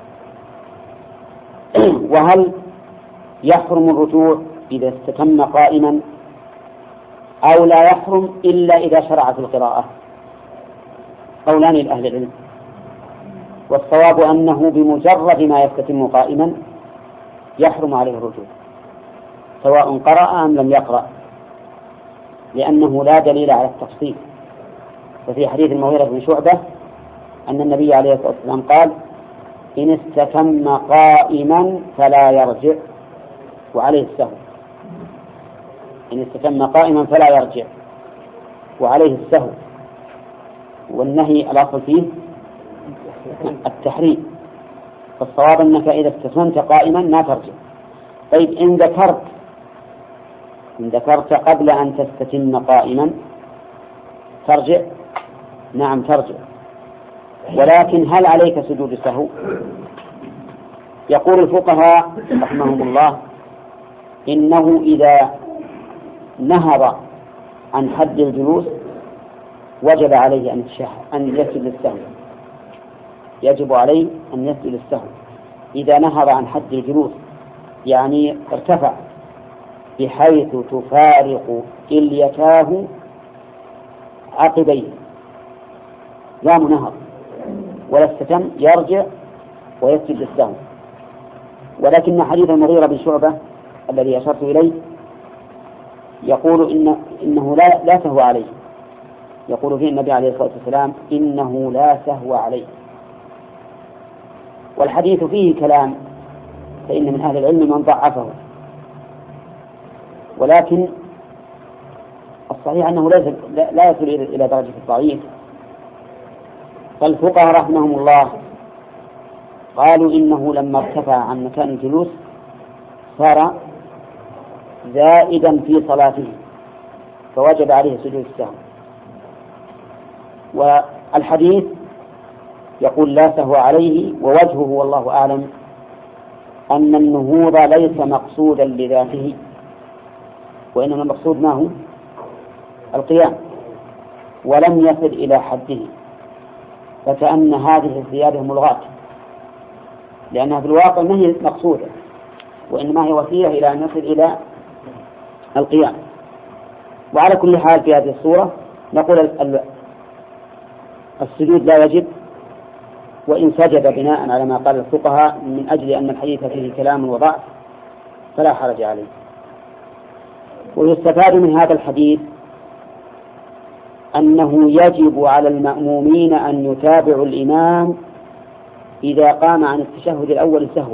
وهل يحرم الرجوع إذا استتم قائما أو لا يحرم إلا إذا شرع في القراءة؟ قولان لأهل العلم، والصواب أنه بمجرد ما يستتم قائما يحرم عليه الرجوع سواء قرأ أم لم يقرأ، لأنه لا دليل على التفصيل. ففي حديث المغيرة بن شعبة أن النبي عليه الصلاة والسلام قال: إن استتم قائما فلا يرجع وعليه السهو. إن استتم قائما فلا يرجع وعليه السهو. والنهي الأصل فيه التحريم، فالصواب أنك إذا استتمت قائما ما ترجع. طيب إن ذكرت إن ذكرت قبل أن تستتم قائما ترجع؟ نعم ترجع، ولكن هل عليك سجود السهو؟ يقول الفقهاء رحمهم الله: إنه إذا نهض عن حد الجلوس وجب عليه أن أن يسجد للسهو، يجب عليه أن يسجد للسهو إذا نهض عن حد الجلوس، يعني ارتفع بحيث تفارق كليتاه عقبيه، لا منهض ولا استتم، يرجع ويسجد للسهو. ولكن حديث المغيرة بن شعبة الذي أشرت إليه يقول إن إنه لا لا سهو عليه، يقول فيه النبي عليه الصلاة والسلام: إنه لا سهو عليه. والحديث فيه كلام، فإن من أهل العلم من ضعفه، ولكن الصحيح أنه لا يصل إلى درجة الضعيف. فالفقهاء رحمهم الله قالوا إنه لما ارتفع عن مكان الجلوس صار زائدا في صلاته فوجب عليه سجود السهو. والحديث يقول لا سهو عليه، ووجهه والله أعلم أن النهوض ليس مقصودا لذاته، وإنما المقصود ما هو القيام، ولم يصل إلى حده، فكأن هذه الزيادة ملغاة، لأنها في الواقع ما هي مقصودة، وإنما هي وسيلة إلى أن يصل إلى القيام. وعلى كل حال في هذه الصورة نقول السجود لا يجب، وإن سجد بناء على ما قال الفقهاء من أجل أن الحديث فيه كلام وضعف فلا حرج عليه. ويستفاد من هذا الحديث أنه يجب على المأمومين أن يتابعوا الإمام إذا قام عن التشهد الأول سهوا،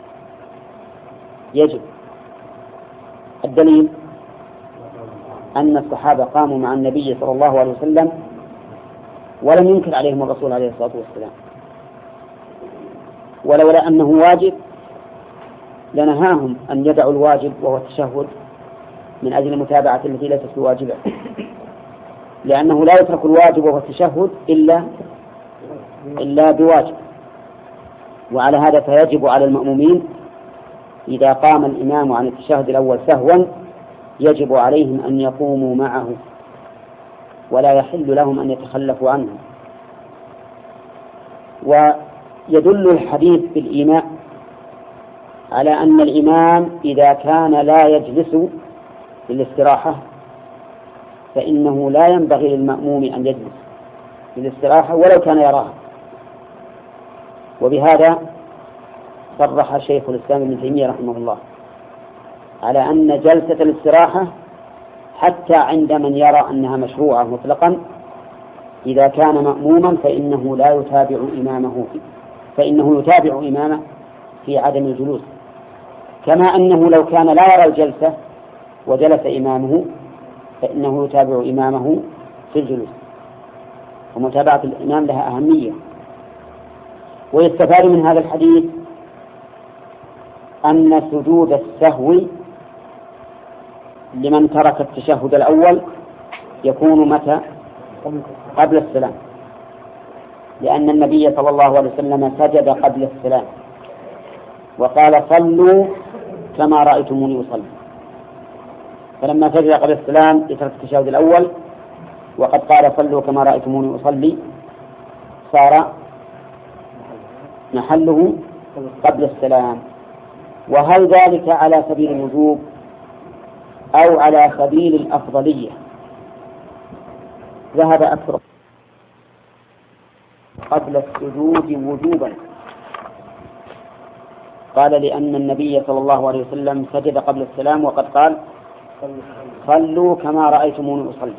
يجب. الدليل أن الصحابة قاموا مع النبي صلى الله عليه وسلم ولم ينكر عليهم الرسول عليه الصلاة والسلام، ولولا أنه واجب لنهاهم أن يدعوا الواجب وهو التشهد من أجل المتابعة التي ليست بواجبة، لأنه لا يترك الواجب وهو التشهد إلا إلا بواجب. وعلى هذا فيجب على المأمومين إذا قام الإمام عن التشهد الأول سهوا يجب عليهم أن يقوموا معه ولا يحل لهم أن يتخلفوا عنه. ويدل الحديث بالإيماء على أن الإمام إذا كان لا يجلس للاستراحة فإنه لا ينبغي للمأموم أن يجلس للاستراحة ولو كان يراها. وبهذا صرح شيخ الإسلام ابن تيمية رحمه الله على أن جلسة الاستراحة حتى عند من يرى أنها مشروعة مطلقا إذا كان مأموما فإنه لا يتابع إمامه فيه فإنه يتابع إمامه في عدم الجلوس، كما أنه لو كان لا يرى الجلسة وجلس إمامه فإنه يتابع إمامه في الجلوس، ومتابعة الإمام لها أهمية. ويستفاد من هذا الحديث أن سجود السهو لمن ترك التشهد الأول يكون متى؟ قبل السلام، لأن النبي صلى الله عليه وسلم سجد قبل السلام وقال صلوا كما رأيتموني أصلي، فلما سجد قبل السلام يترك التشهد الأول وقد قال صلوا كما رأيتموني أصلي صار محله قبل السلام. وهل ذلك على سبيل الوجوب أو على سبيل الأفضلية؟ ذهب أكثر قبل السجود وجوبا، قال لأن النبي صلى الله عليه وسلم سجد قبل السلام وقد قال صلوا كما رأيتموني أصلي،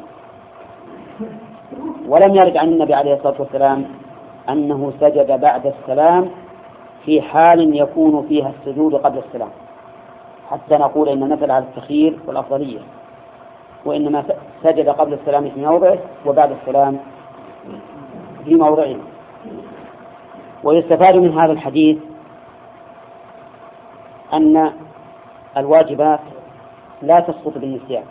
ولم يرد عن النبي عليه الصلاة والسلام أنه سجد بعد السلام في حال يكون فيها السجود قبل السلام حتى نقول إن نزل على التخيير والأفضلية، وإنما سجد قبل السلام في موضعه وبعد السلام في موضعه. ويستفاد من هذا الحديث أن الواجبات لا تسقط بالنسيان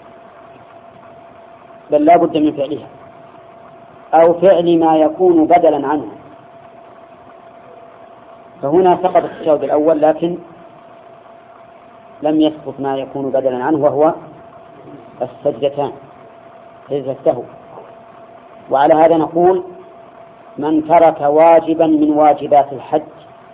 بل لا بد من فعلها أو فعل ما يكون بدلا عنه، فهنا سقط التشهد الأول لكن لم يسقط ما يكون بدلا عنه وهو السجدتان سجدة السهو. وعلى هذا نقول من ترك واجبا من واجبات الحج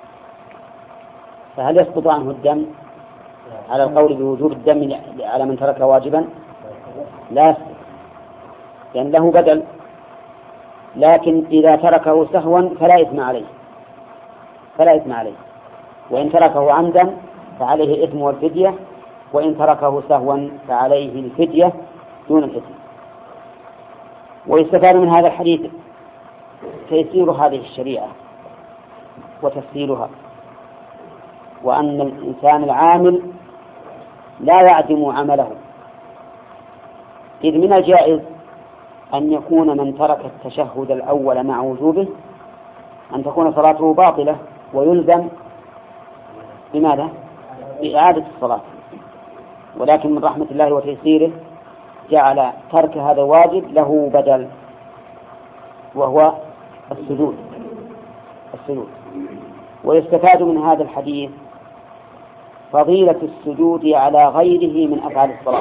فهل يسقط عنه الدم على القول بوجوب الدم على من ترك واجبا؟ لا، لأن له بدل، لكن إذا تركه سهوا فلا إثم عليه فلا إثم عليه وإن تركه عمدا فعليه إثم والفدية، وإن تركه سهوا فعليه الفدية دون الإثم. ويستفاد من هذا الحديث تيسير هذه الشريعة وتفصيلها، وأن الإنسان العامل لا يعدم عمله، إذ من الجائز أن يكون من ترك التشهد الأول مع وجوبه أن تكون صلاته باطلة ويلزم بماذا؟ بإعادة الصلاة، ولكن من رحمة الله وتيسيره جعل ترك هذا الواجب له بدل وهو السجود السجود. ويستفاد من هذا الحديث فضيلة السجود على غيره من أفعال الصلاة،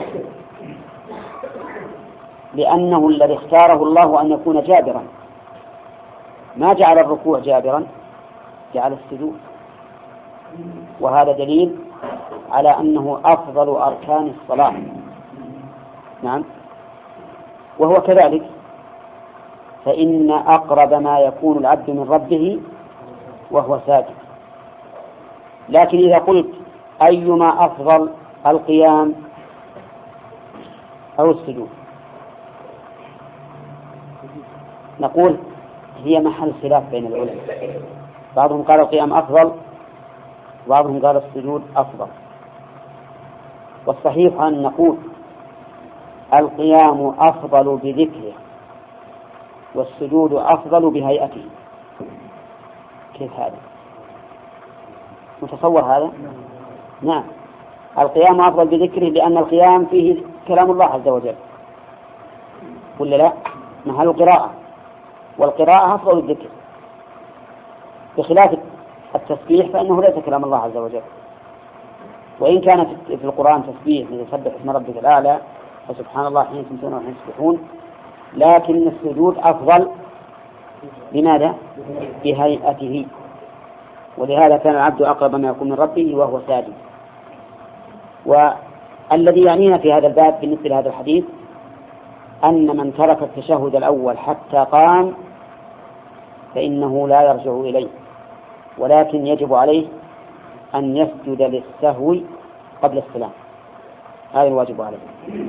لأنه الذي اختاره الله أن يكون جابرا، ما جعل الركوع جابرا، جعل السجود، وهذا دليل على أنه أفضل أركان الصلاة. نعم، وهو كذلك، فإن أقرب ما يكون العبد من ربه وهو ساجد. لكن إذا قلت أيما أفضل القيام أو السجود نقول هي محل خلاف بين العلماء، بعضهم قال القيام أفضل وبعضهم قال السجود أفضل، والصحيح أن نقول القيام أفضل بذكره والسجود أفضل بهيئته. كيف هذا؟ متصور هذا؟ نعم، القيام أفضل بذكره لأن القيام فيه كلام الله عز وجل، ولا لا؟ محل القراءة، والقراءة أفضل الذكر، بخلاف التسبيح فإنه ليس كلام الله عز وجل. وإن كانت في القرآن تسبيح يسبح اسم ربك الأعلى فسبحان الله حين تمسون وحين تسبحون، لكن السجود أفضل. لماذا؟ بهيئته، ولهذا كان العبد أقرب ما يكون من ربه وهو ساجد. والذي يعنينا في هذا الباب بالنسبة لهذا الحديث أن من ترك التشهد الأول حتى قام فإنه لا يرجع إليه، ولكن يجب عليه أن يسجد للسهو قبل السلام، هذا الواجب عليه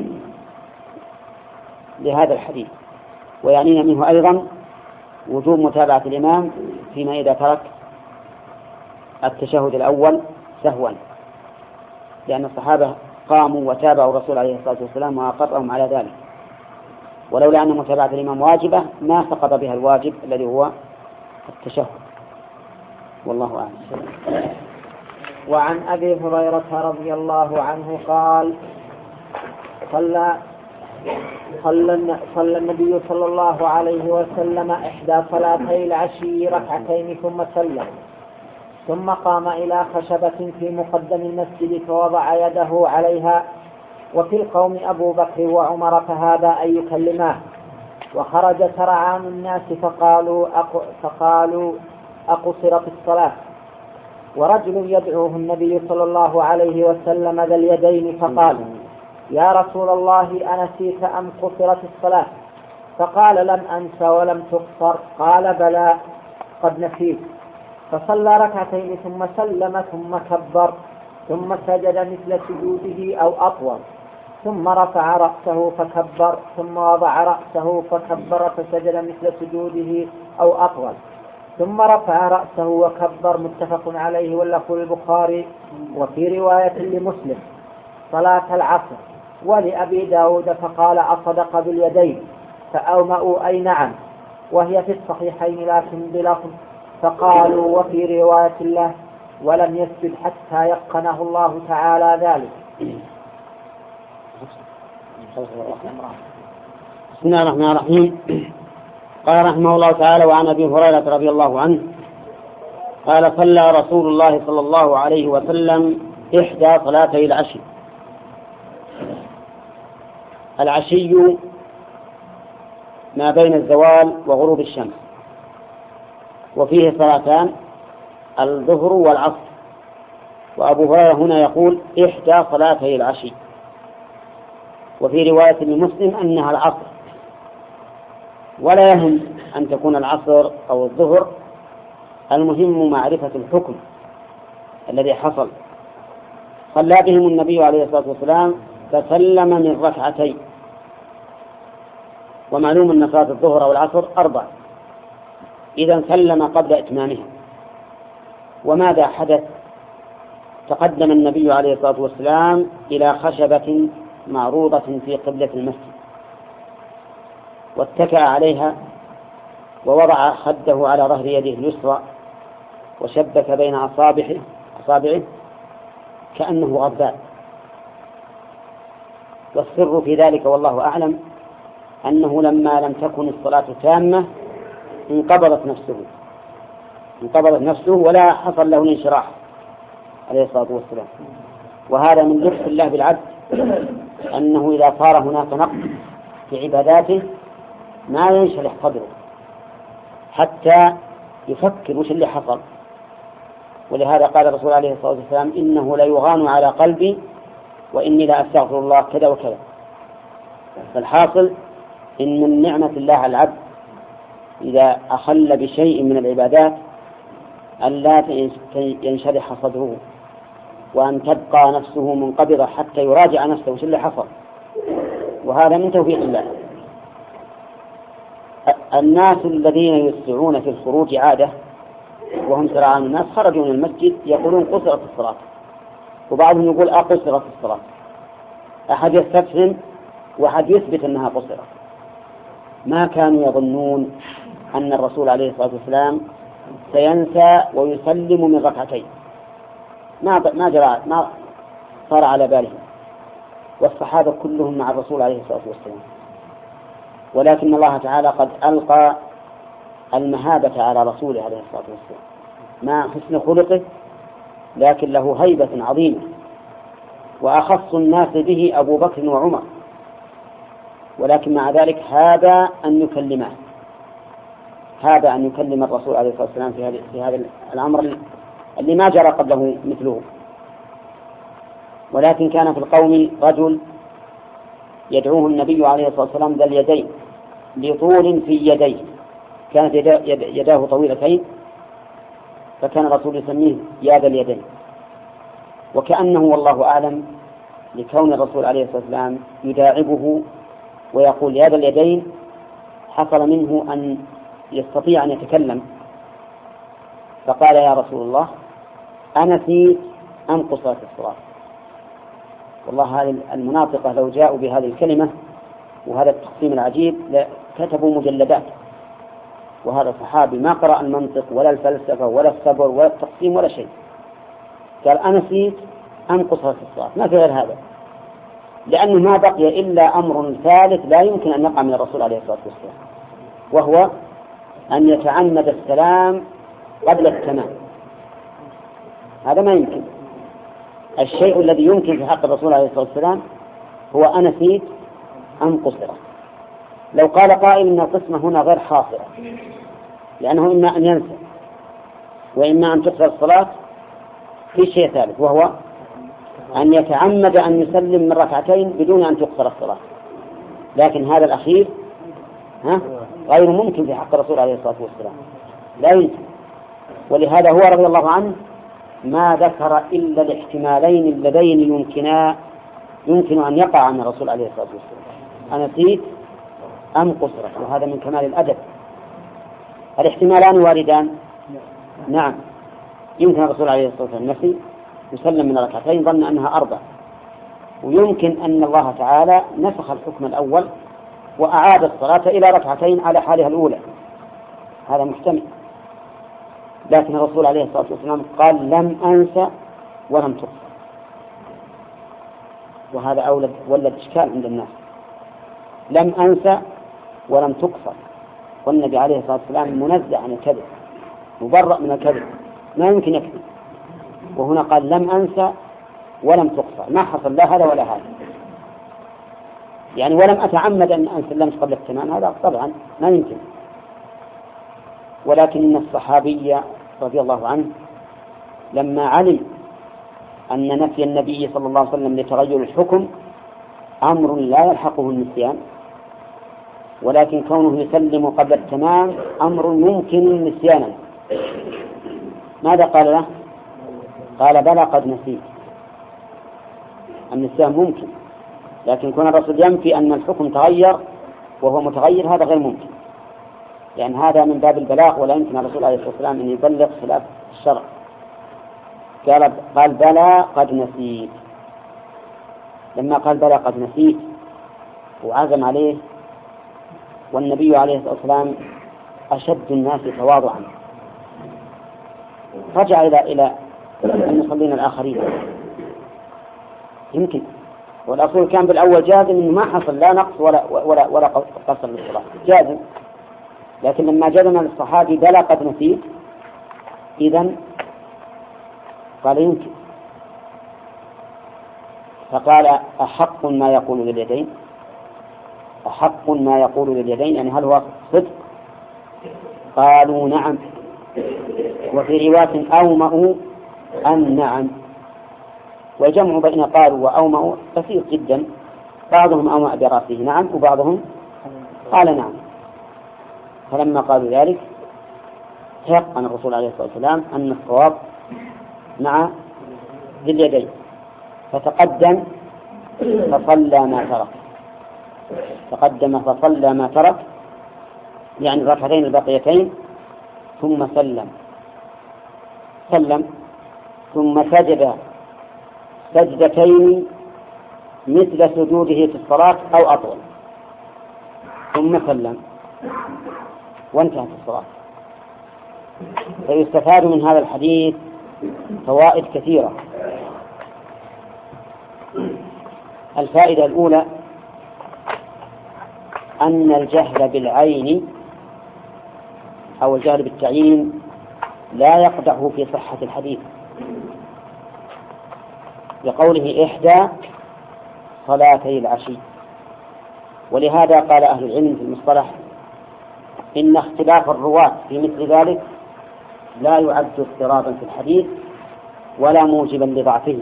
لهذا الحديث. ويعنينا منه أيضا وجوب متابعة الإمام فيما إذا ترك التشهد الأول سهوا، لأن الصحابة قاموا وتابعوا الرسول عليه الصلاة والسلام وأقرهم على ذلك، ولولا أن متابعة الإمام واجبة ما سقط بها الواجب الذي هو التشهد، والله أعلم. وعن أبي هريرة رضي الله عنه قال صلى صلى صلى النبي صلى الله عليه وسلم إحدى صلاتي العشي ركعتين ثم سلم، ثم قام إلى خشبة في مقدم المسجد فوضع يده عليها، وفي القوم أبو بكر وعمر فهذا أن يكلماه، وخرج سرعان الناس فقالوا أق... فقالوا أقصرت الصلاة، ورجل يدعوه النبي صلى الله عليه وسلم ذا اليدين فقال يا رسول الله أنسيت أم قصرت الصلاة؟ فقال لم أنس ولم تقصر. قال بلى قد نسيت. فصلى ركعتين ثم سلم ثم كبر ثم سجد مثل سجوده أو أطول، ثم رفع رأسه فكبر ثم وضع رأسه فكبر فسجد مثل سجوده أو أطول، ثم رفع رأسه وكبر. متفق عليه واللفظ البخاري. وفي رواية لمسلم صلاة العصر ولأبي داود فقال أصدق باليدين فأومأوا أي نعم، وهي في الصحيحين لكن بلفظ فقالوا. وفي رواية له ولم يسجد حتى يقنه الله تعالى ذلك. بسم الله الرحمن الرحيم. قال رحمه الله تعالى وعن أبي هريرة رضي الله عنه قال صلى رسول الله صلى الله عليه وسلم إحدى صلاتي العشي. العشي ما بين الزوال وغروب الشمس، وفيه صلاتان الظهر والعصر، وأبو هريرة هنا يقول إحدى صلاتي العشي، وفي رواية لمسلم أنها العصر، ولا يهم أن تكون العصر أو الظهر، المهم معرفة الحكم الذي حصل. صلى بهم النبي عليه الصلاة والسلام فسلم من ركعتين، ومعلوم أن صلاة الظهر أو العصر أربع، إذا سلم قبل إتمامها. وماذا حدث؟ تقدم النبي عليه الصلاة والسلام إلى خشبة معروضة في قبلة المسجد، واتكأ عليها ووضع خده على ظهر يده اليسرى وشبك بين أصابعه أصابعه كأنه غضبان. والسر في ذلك والله أعلم أنه لما لم تكن الصلاة تامة انقبضت نفسه انقبضت نفسه ولا حصل له الانشراح عليه الصلاة والسلام. وهذا من لطف الله بالعبد، أنه إذا صار هناك نقص في عباداته ما ينشرح صدره حتى يفكر وش اللي حصل. ولهذا قال الرسول عليه الصلاة والسلام إنه لا يغان على قلبي وإني لا أستغفر الله كذا وكذا. فالحاصل إن من نعمة الله على العبد إذا أخل بشيء من العبادات أن لا ينشرح صدره، وأن تبقى نفسه منقبضة حتى يراجع نفسه وش اللي حصل، وهذا من توفيق الله. الناس الذين يسرعون في الخروج عادة وهم سرعان الناس خرجوا من المسجد يقولون قصرت الصلاة، وبعضهم يقول أقصرت الصلاة، أحد يستفهم وأحد يثبت أنها قصرت. ما كانوا يظنون أن الرسول عليه الصلاة والسلام سينسى ويسلم من ركعتين، ما ما جرى ما صار على باله، والصحابة كلهم مع الرسول عليه الصلاة والسلام. ولكن الله تعالى قد ألقى المهابة على رسوله عليه الصلاة والسلام مع حسن خلقه، لكن له هيبة عظيمة وأخص الناس به أبو بكر وعمر، ولكن مع ذلك هذا أن يكلمه، هذا أن يكلم الرسول عليه الصلاة والسلام في هذا في هذا الأمر اللي ما جرى قبله مثله. ولكن كان في القوم رجل يدعوه النبي عليه الصلاة والسلام ذا اليدين لطول في يديه، كانت يداه طويلتين، فكان الرسول يسميه يا ذا اليدين، وكأنه والله أعلم لكون الرسول عليه الصلاة والسلام يداعبه ويقول يا ذا اليدين حصل منه أن يستطيع أن يتكلم، فقال يا رسول الله أنسيت أم قصرت الصلاة؟ والله هذه المناطقة لو جاءوا بهذه الكلمة وهذا التقسيم العجيب كتبوا مجلدات، وهذا صحابي ما قرأ المنطق ولا الفلسفة ولا الصبر ولا التقسيم ولا شيء، قال أنسيت أم قصرت الصلاة، ما في غير هذا، لأنه ما بقي إلا أمر ثالث لا يمكن أن يقع من الرسول عليه الصلاة والسلام، وهو أن يتعمد السلام قبل التمام. هذا ما يمكن. الشيء الذي يمكن في حق الرسول عليه الصلاة والسلام هو أنسيت أم قصرت. لو قال قائل إن القسمة هنا غير حاصلة، لأنه إما أن ينسى وإما أن تقصر الصلاة، في شيء ثالث وهو أن يتعمد أن يسلم من ركعتين بدون أن تقصر الصلاة، لكن هذا الأخير ها غير ممكن في حق الرسول عليه الصلاة والسلام، لا يمكن. ولهذا هو رضي الله عنه ما ذكر إلا الاحتمالين اللذين يمكنا يمكن أن يقع من الرسول عليه الصلاة والسلام، أنسيت أم قصرت، وهذا من كمال الأدب. الاحتمالان واردان، نعم، يمكن الرسول عليه الصلاة والسلام نسي يسلم من ركعتين ظن أنها أربع، ويمكن أن الله تعالى نسخ الحكم الأول وأعاد الصلاة إلى ركعتين على حالها الأولى، هذا محتمل. لكن الرسول عليه الصلاة والسلام قال لم أنسى ولم تقصر، وهذا أولد ولد إشكال عند الناس، لم أنسى ولم تقصر، والنبي عليه الصلاة والسلام منزه عن الكذب مبرأ من الكذب، ما يمكن يكذب، وهنا قال لم أنسى ولم تقصر، ما حصل لا هذا ولا هذا، يعني ولم أتعمد أن أسلمت قبل التمام، هذا طبعا ما يمكن. ولكن الصحابي رضي الله عنه لما علم أن نفي النبي صلى الله عليه وسلم لتغير الحكم أمر لا يلحقه النسيان، ولكن كونه يسلم قبل التمام أمر ممكن نسيانا، ماذا قال له؟ قال بلى قد نسيت. النسيان ممكن، لكن كون الرسول ينفي أن الحكم تغير وهو متغير هذا غير ممكن، لأن يعني هذا من باب البلاغ، ولا يمكن الرسول عليه الصلاة والسلام أن يبلغ خلاف الشرع. قال قال بلى قد نسيت. لما قال بلى قد نسيت وعزم عليه، والنبي عليه الصلاة والسلام أشد الناس تواضعا، رجع إلى إلى المصلين الآخرين، يمكن والأصول كان بالأول جازم إنه ما حصل لا نقص ولا ولا ولا قصر للصلاة، جازم. لكن لما جزم الصحابي بلى قد نسيت إذن قال يمكن، فقال أحق ما يقول لليدين، أحق ما يقول لليدين يعني هل هو صدق؟ قالوا نعم، وفي رواية أومأوا أن نعم، وجمع بين قالوا وأومأوا كثير جدا، بعضهم أومأ برأسه نعم وبعضهم قال نعم. فلما قالوا ذلك تيقن الرسول عليه الصلاة والسلام أن الصواب مع ذي اليدين، فتقدم فصلى ما ترك، تقدم فصلى ما ترك يعني الركعتين الباقيتين، ثم سلم سلم ثم سجد سجدتين مثل سجوده في الصلاة أو أطول، ثم سلم وانتهت الصلاة. فيستفاد من هذا الحديث فوائد كثيرة. الفائدة الأولى أن الجهل بالعين أو الجهل بالتعيين لا يقدح في صحة الحديث، لقوله إحدى صلاتي العشي. ولهذا قال أهل العلم في المصطلح إن اختلاف الرواة في مثل ذلك لا يعد اضطرابا في الحديث ولا موجبا لضعفه،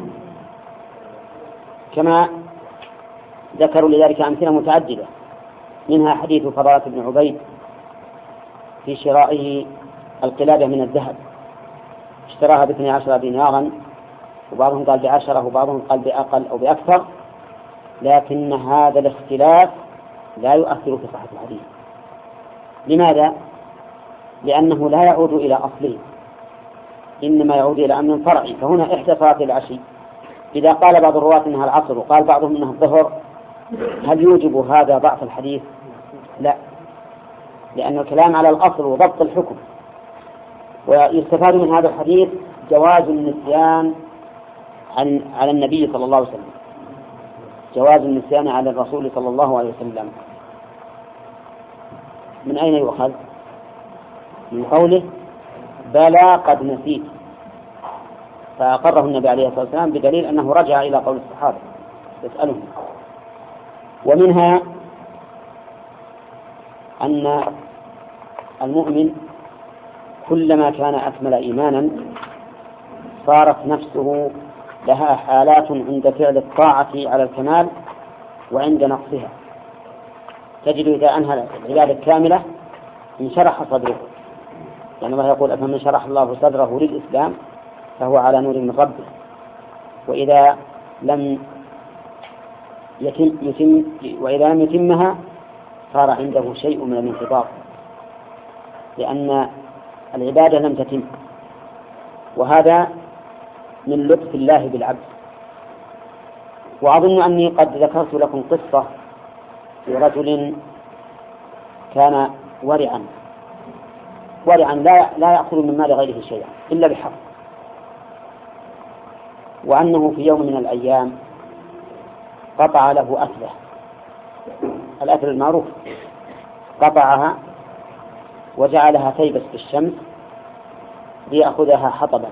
كما ذكروا لذلك أمثلة متعددة، منها حديث فضالة بن عبيد في شرائه القلادة من الذهب، اشتراها باثني عشر دينارا، وبعضهم قال بعشرة وبعضهم قال بأقل أو بأكثر، لكن هذا الاختلاف لا يؤثر في صحة الحديث. لماذا؟ لأنه لا يعود إلى أصله، إنما يعود إلى أمر فرعي. فهنا إحدى صلاتي العشي، إذا قال بعض الرواة إنها العصر وقال بعضهم إنها الظهر، هل يوجب هذا ضعف الحديث؟ لا، لأن الكلام على الأصل وضبط الحكم. ويستفاد من هذا الحديث جواز النسيان عن على النبي صلى الله عليه وسلم، جواز النسيان على الرسول صلى الله عليه وسلم. من أين يؤخذ؟ من قوله بلى قد نسيت، فأقره النبي عليه الصلاة والسلام بدليل أنه رجع إلى قول الصحابة يسألهم. ومنها أن المؤمن كلما كان أكمل إيمانا صارت نفسه لها حالات عند فعل الطاعة على الكمال وعند نقصها. تجد إذا أنهى العبادة الكاملة انشرح صدره، يعني الله يقول أفمن شرح الله صدره للإسلام فهو على نور من ربه، وإذا لم يتم, يتم وإذا لم يتمها صار عنده شيء من الانقباض، لأن العبادة لم تتم. وهذا من لطف الله بالعبد. وأظن أني قد ذكرت لكم قصة في رجل كان ورعا ورعا لا لا يأخذ من مال غيره شيئا إلا بحق، وأنه في يوم من الأيام قطع له أثله، الأثل المعروف، قطعها وجعلها تيبس في الشمس ليأخذها حطبا.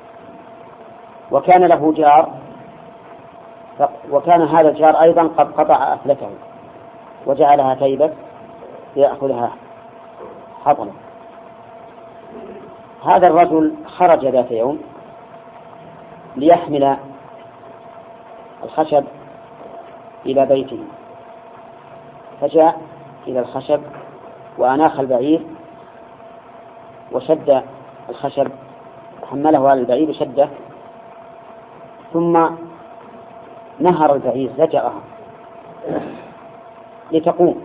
وكان له جار، وكان هذا الجار أيضا قد قطع أثلته وجعلها تيبس ليأخذها حطبا. هذا الرجل خرج ذات يوم ليحمل الخشب إلى بيته، فجاء إلى الخشب وأناخ البعير وشد الخشب، حمله على البعير وشده، ثم نهر البعير زجرها لتقوم،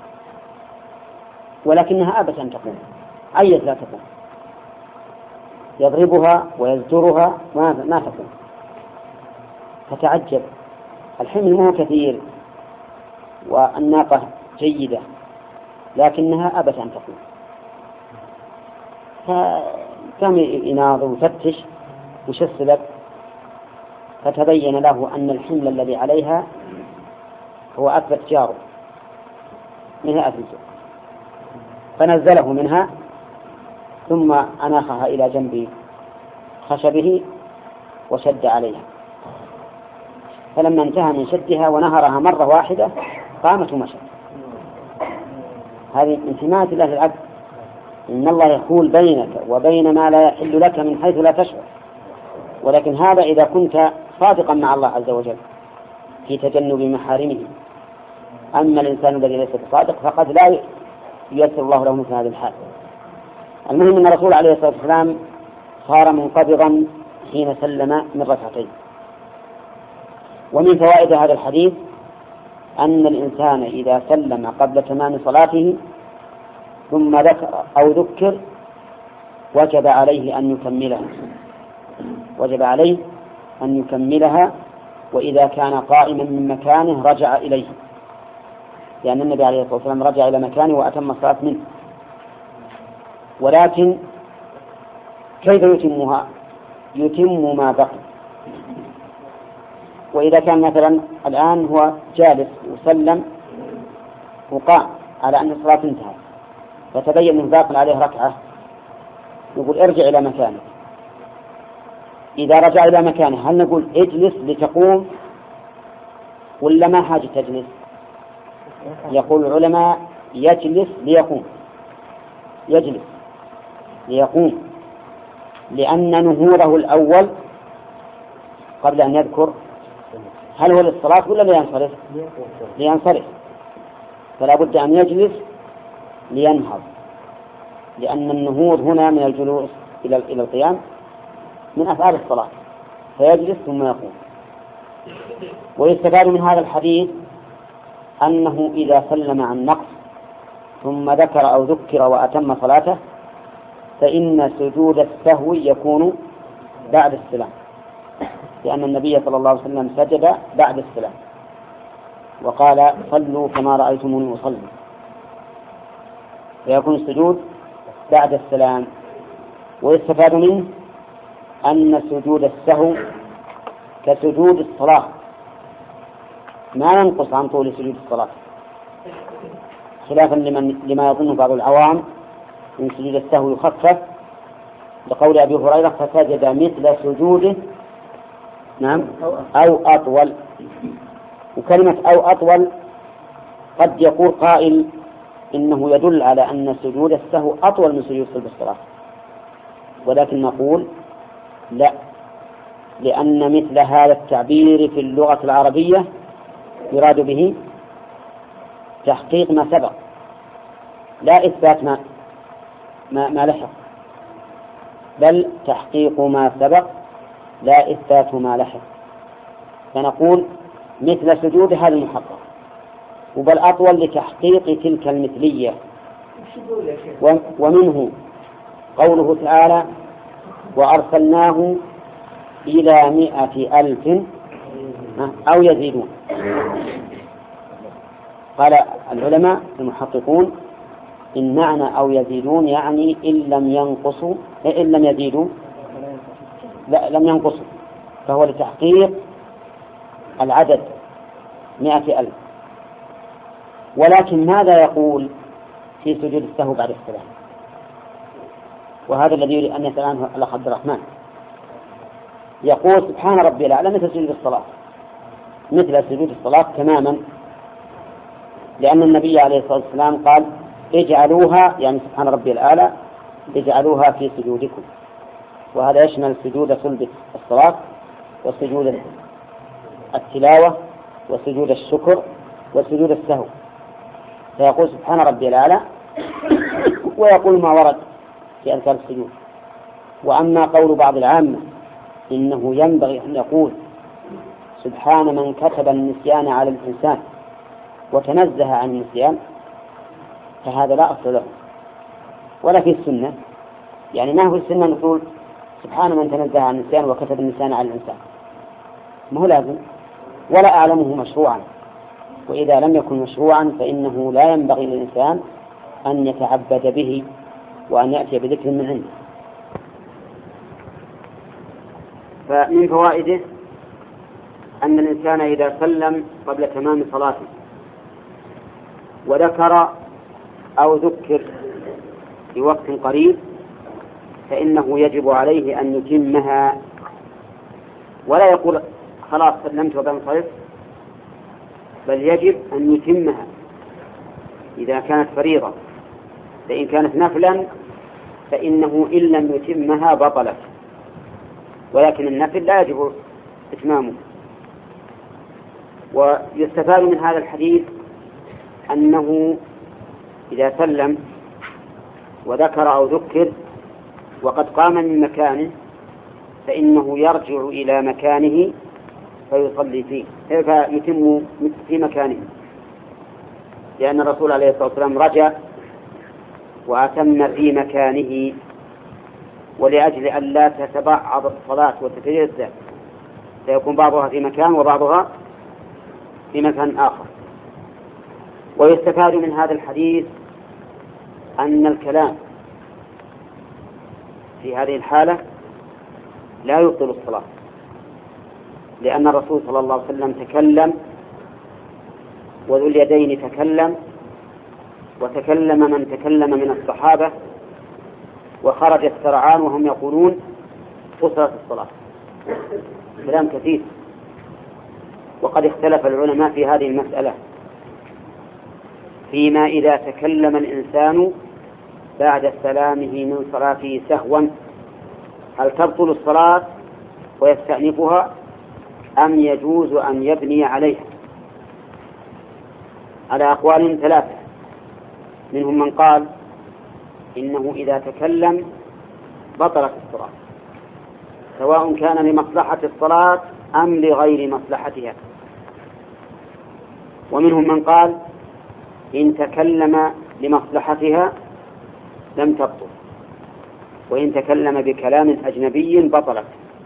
ولكنها أبت أن تقوم، عيت لا تقوم، يضربها ويزجرها ما ما تقوم. فتعجب، الحمل مو كثير والناقة جيدة، لكنها أبت أن تقوم. فقام يناظر ويفتش وش السبب، فتبين له أن الحمل الذي عليها هو أثبت جاره منها أثبت، فنزله منها ثم أناخها إلى جنب خشبه وشد عليها، فلما انتهى من شدها ونهرها مرة واحدة قامت ومشت. هذه من حماية الله للعبد، إن الله يحول بينك وبين ما لا يحل لك من حيث لا تشعر. ولكن هذا إذا كنت صادقا مع الله عز وجل في تجنب محارمه. أما الإنسان الذي ليس بصادق فقد لا ييسر الله له مثل هذه الحال. المهم أن الرسول عليه الصلاة والسلام صار منقبضا حين سلم من ركعتين. ومن فوائد هذا الحديث أن الإنسان إذا سلم قبل تمام صلاته ثم ذكر أو ذكر وجب عليه أن يكملها وجب عليه أن يكملها وإذا كان قائما من مكانه رجع إليه، لأن النبي عليه الصلاة والسلام رجع إلى مكانه وأتم الصلاة منه. ولكن كيف يتمها؟ يتم ما بقي. وإذا كان مثلا الآن هو جالس وسلم وقام على أن الصلاة انتهت فتبين من باق عليه ركعة، يقول ارجع إلى مكانك، إذا رجع إلى مكانه هل نقول اجلس لتقوم ولا ما حاجة تجلس؟ يقول العلماء يجلس ليقوم، يجلس ليقوم، لأن نهوره الأول قبل أن يذكر هل هو للصلاة ولا لينصرف؟ لينصرف، فلا بد أن يجلس لينهض، لأن النهوض هنا من الجلوس إلى إلى القيام من أفعال الصلاة، فيجلس ثم يقوم. ويستفاد من هذا الحديث أنه إذا سلم عن نقص ثم ذكر أو ذكر وأتم صلاته فإن سجود السهو يكون بعد السلام، لأن النبي صلى الله عليه وسلم سجد بعد السلام وقال صلوا كما رأيتموني أصلي، فيكون السجود بعد السلام. ويستفاد منه أن سجود السهو كسجود الصلاة ما ينقص عن طول سجود الصلاة، خلافا لمن لما يظن بعض العوام من سجود السهو يخفف، لقول أبي هريرة فسجد مثل سجوده نعم أو أطول. وكلمة أو أطول قد يقول قائل إنه يدل على أن سجود السهو أطول من سجود صلب الصلاة، ولكن نقول لا، لأن مثل هذا التعبير في اللغة العربية يراد به تحقيق ما سبق لا إثبات ما ما, ما لحق، بل تحقيق ما سبق لا إثبات ما لحق، فنقول مثل سجود هذا المحقق، وبل أطول لتحقيق تلك المثلية. ومنه قوله تعالى وأرسلناه إلى مائة ألف أو يزيدون. قال العلماء المحققون إن معنى أو يزيدون يعني إن لم ينقصوا إن لم يزيدوا لا لم ينقصوا، فهو لتحقيق العدد مائة ألف. ولكن ماذا يقول في سجود السهو بعد السلام؟ وهذا الذي يريد أن يسأل عنه الأخ عبد الرحمن. يقول سبحان ربي الأعلى مثل سجود الصلاة، مثل سجود الصلاة تماما، لأن النبي عليه الصلاة والسلام قال اجعلوها يعني سبحان ربي الأعلى اجعلوها في سجودكم، وهذا يشمل سجود صلب الصلاة وسجود التلاوة وسجود الشكر وسجود السهو، فيقول سبحان ربي الأعلى ويقول ما ورد في أذكار السجود. وأما قول بعض العامة إنه ينبغي أن يقول سبحان من كتب النسيان على الإنسان وتنزه عن النسيان، فهذا لا أصل له ولا في السنة، يعني ما هو السنة نقول سبحان من تنزه عن النسيان وكتب النسيان على الإنسان، ما هو لازم ولا أعلمه مشروعا، وإذا لم يكن مشروعا فإنه لا ينبغي للإنسان أن يتعبد به وأن يأتي بذكر من عنده. فمن فوائده أن الإنسان إذا سلم قبل تمام صلاته وذكر أو ذكر في وقت قريب فإنه يجب عليه أن يتمها، ولا يقول خلاص سلمت وبنصرف، بل يجب أن يتمها إذا كانت فريضة، فإن كانت نفلا فإنه إن لم يتمها بطلت، ولكن النفل لا يجب إتمامه. ويستفاد من هذا الحديث أنه إذا سلم وذكر أو ذكر وقد قام من مكانه فإنه يرجع إلى مكانه فيصلي فيه فيتم في مكانه، لأن الرسول عليه الصلاة والسلام رجع وأتم في مكانه، ولأجل أن لا تتبعض الصلاة وتتجزأ فيكون بعضها في مكان وبعضها في مكان آخر. ويستفاد من هذا الحديث أن الكلام في هذه الحالة لا يبطل الصلاة، لأن الرسول صلى الله عليه وسلم تكلم وذو اليدين تكلم وتكلم من تكلم من الصحابة، وخرج السرعان وهم يقولون قصرت الصلاة، كلام كثير. وقد اختلف العلماء في هذه المسألة فيما إذا تكلم الإنسان بعد سلامه من صلاته سهوا هل تبطل الصلاة ويستأنفها أم يجوز أن يبني عليها؟ على أقوال ثلاثة. منهم من قال إنه إذا تكلم بطلت الصلاة سواء كان لمصلحة الصلاة أم لغير مصلحتها. ومنهم من قال إن تكلم لمصلحتها لم تبطل، وإن تكلم بكلام أجنبي بطلت.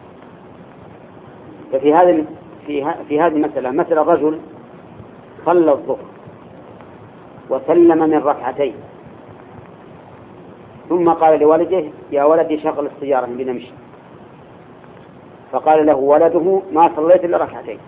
ففي هذه في هذه المسألة مثل رجل صلى الظهر وسلم من ركعتين ثم قال لولده يا ولدي شغل السيارة بنمشي، فقال له ولده ما صليت إلا ركعتين.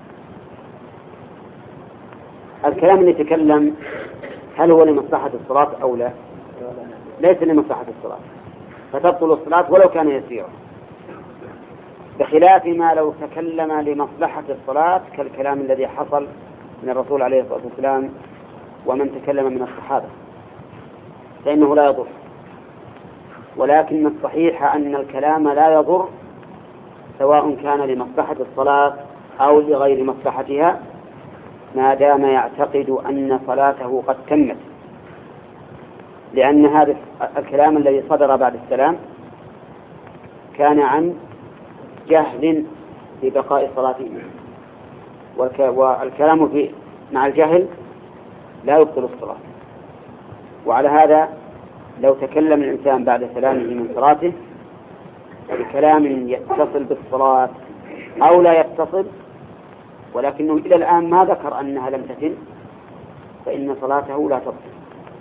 الكلام اللي يتكلم هل هو لمصلحة الصلاة أو لا؟ ليس لمصلحة الصلاة، فتبطل الصلاة ولو كان يسيرا، بخلاف ما لو تكلم لمصلحة الصلاة كالكلام الذي حصل من الرسول عليه الصلاة والسلام ومن تكلم من الصحابة فإنه لا يضر. ولكن الصحيح أن الكلام لا يضر سواء كان لمصلحة الصلاة أو لغير مصلحتها ما دام يعتقد أن صلاته قد تمت، لأن هذا الكلام الذي صدر بعد السلام كان عن جهل ببقاء صلاته، والكلام في مع الجهل لا يبطل الصلاة. وعلى هذا لو تكلم الإنسان بعد سلامه من صلاته بكلام يتصل بالصلاة أو لا يتصل ولكنه إلى الآن ما ذكر أنها لم تتم فإن صلاته لا تبطل.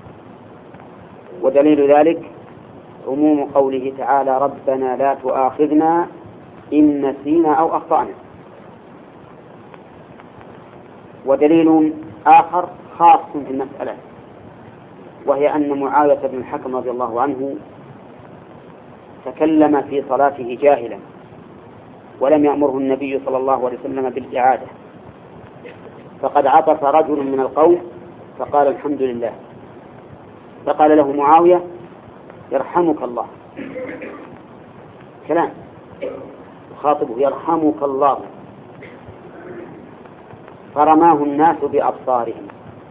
ودليل ذلك عموم قوله تعالى ربنا لا تؤاخذنا إن نسينا أو أخطأنا. ودليل آخر خاص في المسألة وهي أن معاوية بن الحكم رضي الله عنه تكلم في صلاته جاهلا ولم يأمره النبي صلى الله عليه وسلم بالإعادة، فقد عطس رجل من القوم فقال الحمد لله، فقال له معاوية يرحمك الله، كلام خاطبه يرحمك الله، فرماه الناس بأبصارهم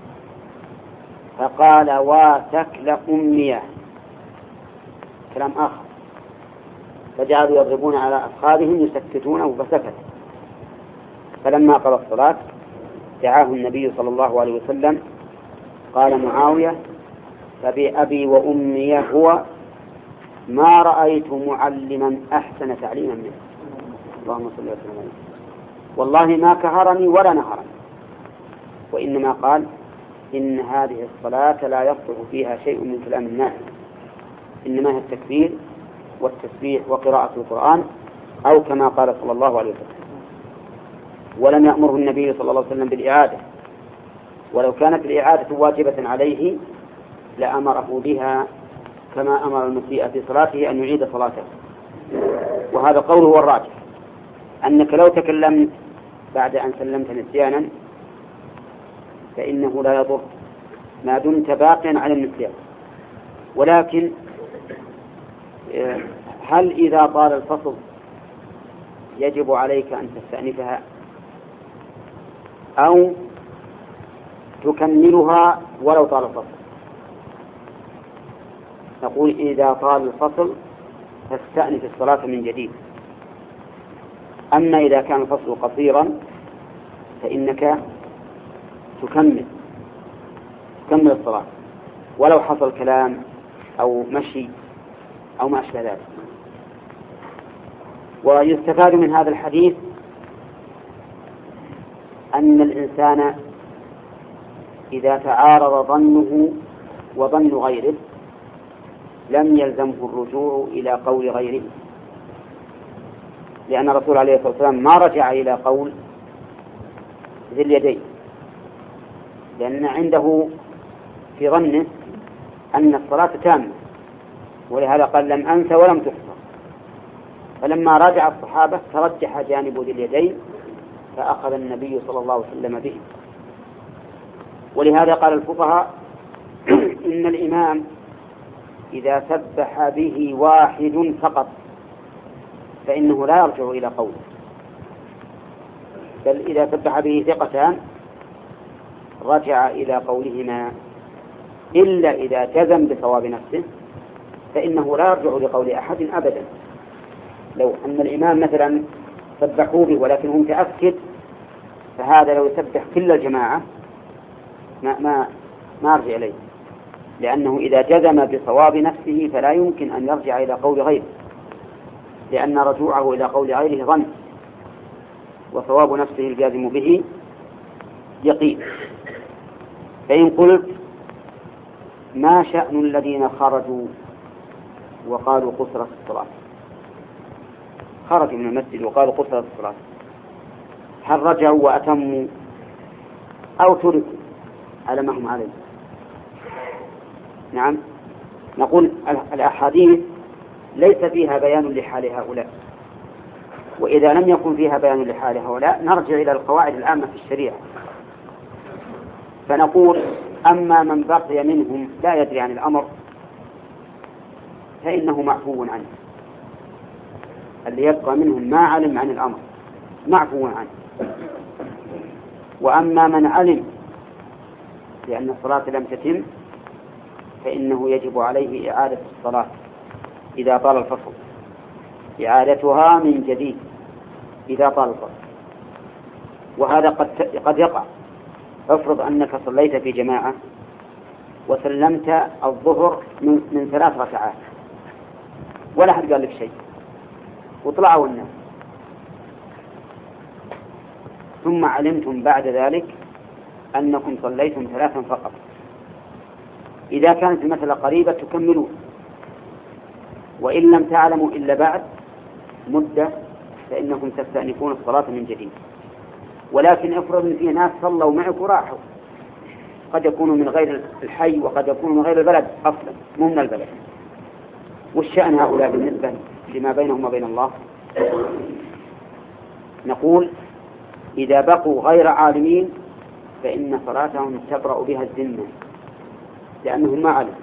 فقال واتك لأمية، كلام آخر، فجعلوا يضربون على أفخاذهم يسكتونه فسكت. فلما قضى الصلاة دعاه النبي صلى الله عليه وسلم قال معاوية فبأبي وأمي هو ما رأيت معلما أحسن تعليما منه، اللهم صل وسلم عليه، والله ما كهرني ولا نهرني، وإنما قال إن هذه الصلاة لا يصلح فيها شيء من كلام الناس، إنما هي التكبير والتسبيح وقراءة القرآن أو كما قال صلى الله عليه وسلم. ولم يأمره النبي صلى الله عليه وسلم بالإعادة، ولو كانت الإعادة واجبة عليه لأمره بها كما أمر المسيء في صلاته أن يعيد صلاته. وهذا قوله هو الراجح، أنك لو تكلمت بعد أن سلمت نسيانا فإنه لا يضر ما دمت باقيا على النسيان. ولكن هل إذا طال الفصل يجب عليك أن تستأنفها أو تكملها ولو طال الفصل؟ نقول إذا طال الفصل فاستأنف الصلاة من جديد، أما إذا كان الفصل قصيرا فإنك تكمل تكمل الصلاة ولو حصل كلام أو مشي أو ما أشبه ذلك. ويستفاد من هذا الحديث أن الإنسان إذا تعارض ظنه وظن غيره لم يلزمه الرجوع إلى قول غيره، لأن الرسول عليه الصلاة والسلام ما رجع إلى قول ذي اليدين، لأن عنده في ظنه أن الصلاة تامة، ولهذا قال لم أنس ولم تحصى. فلما راجع الصحابة ترجح جانب ذي اليدين فأخذ النبي صلى الله عليه وسلم به. ولهذا قال الفقهاء إن الإمام إذا سبح به واحد فقط فإنه لا يرجع إلى قوله، بل إذا سبح به ثقتان رجع إلى قولهما، إلا إذا جزم بصواب نفسه فإنه لا يرجع لقول أحد أبدا. لو أن الإمام مثلا سبحوا به ولكن هو متأكد، فهذا لو يسبح كل الجماعة ما ما ما يرجع إليه، لأنه إذا جزم بصواب نفسه فلا يمكن أن يرجع إلى قول غيره، لأن رجوعه إلى قول غيره ظن، وصواب نفسه الجازم به يقين. فإن قلت ما شأن الذين خرجوا وقالوا قصرت الصلاة، خرجوا من المسجد وقالوا قصرت الصلاة، هل رجعوا وأتموا أو تركوا على ما هم عليه؟ نعم، نقول الأحاديث ليس فيها بيان لحال هؤلاء، وإذا لم يكن فيها بيان لحال هؤلاء نرجع إلى القواعد العامة في الشريعة، فنقول أما من بقي منهم لا يدري عن الأمر فإنه معفو عنه، اللي يبقى منهم ما علم عن الأمر معفو عنه. وأما من علم لأن الصلاة لم تتم فإنه يجب عليه إعادة الصلاة إذا طال الفصل، إعادتها من جديد إذا طال الفصل. وهذا قد قد يقع. افرض أنك صليت في جماعة وسلمت الظهر من, من ثلاث ركعات ولا حد قال لك شيء وطلعوا الناس، ثم علمتم بعد ذلك أنكم صليتم ثلاثا فقط، إذا كانت المسألة قريبة تكملون، وإن لم تعلموا إلا بعد مدة فإنكم تستأنفون الصلاة من جديد. ولكن افرض ان في ناس صلوا معك وراحوا، قد يكونوا من غير الحي وقد يكونوا من غير البلد اصلا مو من البلد، والشأن هؤلاء بالنسبة لما بينهم وبين الله؟ نقول إذا بقوا غير عالمين فإن صلاتهم تبرأ بها الذمة لأنهم ما علموا.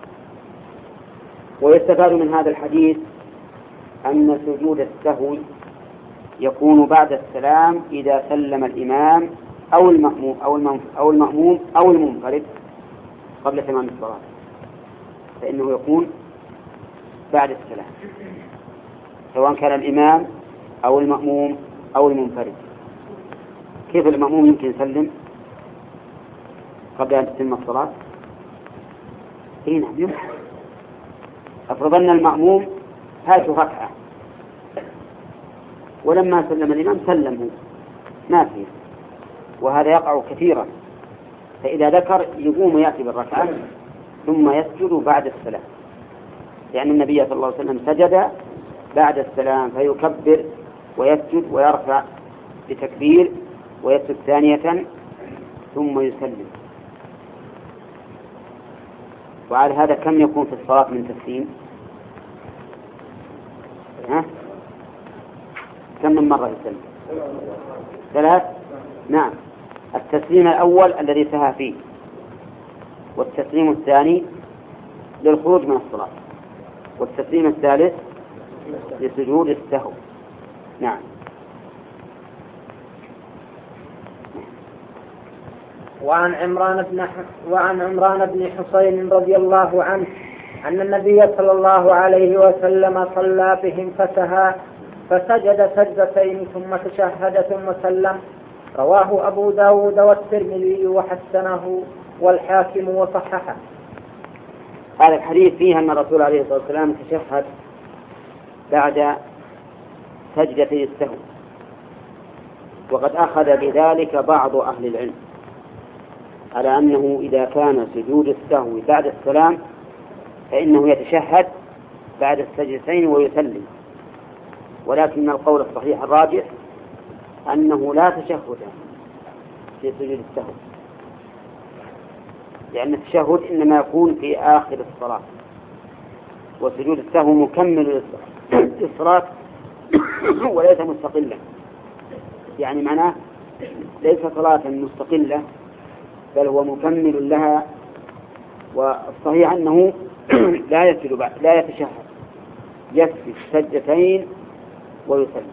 ويستفاد من هذا الحديث أن سجود السهو يكون بعد السلام إذا سلم الإمام أو المأموم أو أو المأموم أو المنفرد قبل تمام الصلاة، فإنه يكون بعد السلام سواء كان الإمام أو المأموم أو المنفرد. كيف المأموم يمكن يسلم قبل أن تتم الصلاة؟ إيه نعم يمكن. أفرض أن المأموم هات ركعة ولما سلم الإمام سلمه ما فيه، وهذا يقع كثيرا، فإذا ذكر يقوم يأتي بالركعة ثم يسجد بعد السلام، لأن النبي صلى الله عليه وسلم سجد بعد السلام فيكبر ويسجد ويرفع بتكبير ويسجد ثانية ثم يسلم. وعلى هذا كم يكون في الصلاة من تسليم؟ ها؟ كم من مرة يسلم؟ ثلاث؟ نعم، التسليم الأول الذي سهى فيه، والتسليم الثاني للخروج من الصلاة، والتسليم الثالث لسجود السهو. نعم. وعن عمران بن وعن عمران بن حصين رضي الله عنه أن النبي صلى الله عليه وسلم صلى بهم فسهى فسجد سجدتين ثم تشهد ثم سلم. رواه أبو داود والترمذي وحسنه والحاكم وصححه. هذا الحديث فيه أن الرسول عليه الصلاة والسلام تشهد بعد سجدتي السهو، وقد أخذ بذلك بعض أهل العلم على أنه إذا كان سجود السهو بعد السلام فإنه يتشهد بعد السجدتين ويسلم، ولكن القول الصحيح الراجح أنه لا تشهد في سجود السهو، لأن التشهد إنما يكون في آخر الصلاة، وسجود السهو مكمل للصلاة وليس مستقلا، يعني معناه ليس صلاة مستقلة بل هو مكمل لها. والصحيح أنه لا يسجد بعد لا يتشهد، يسجد سجدتين ويسلم.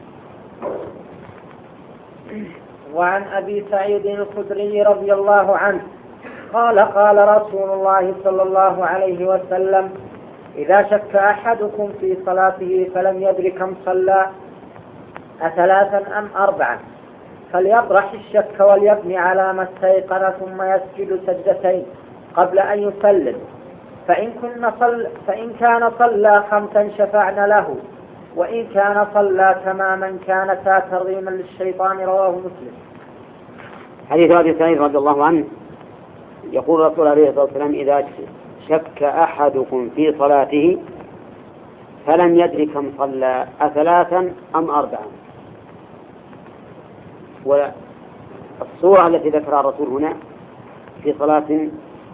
وعن أبي سعيد الخدري رضي الله عنه قال قال رسول الله صلى الله عليه وسلم: إذا شك أحدكم في صلاته فلم يدر كم صلى أثلاثا أم أربعا فليطرح الشك وليبني على ما استيقن ثم يسجد سجدتين قبل أن يسلم، فإن, كن صل فإن كان صلى خمسا شفعنا له، وإن كان صلى تماما كانتا ترغيما للشيطان. رواه مسلم. حديث أبي سعيد رضي الله عنه يقول الرسول عليه الصلاة والسلام: إذا شك أحدكم في صلاته فلم يدر كم صلى أثلاثا أم أربعا. والصورة التي ذكرها الرسول هنا في صلاة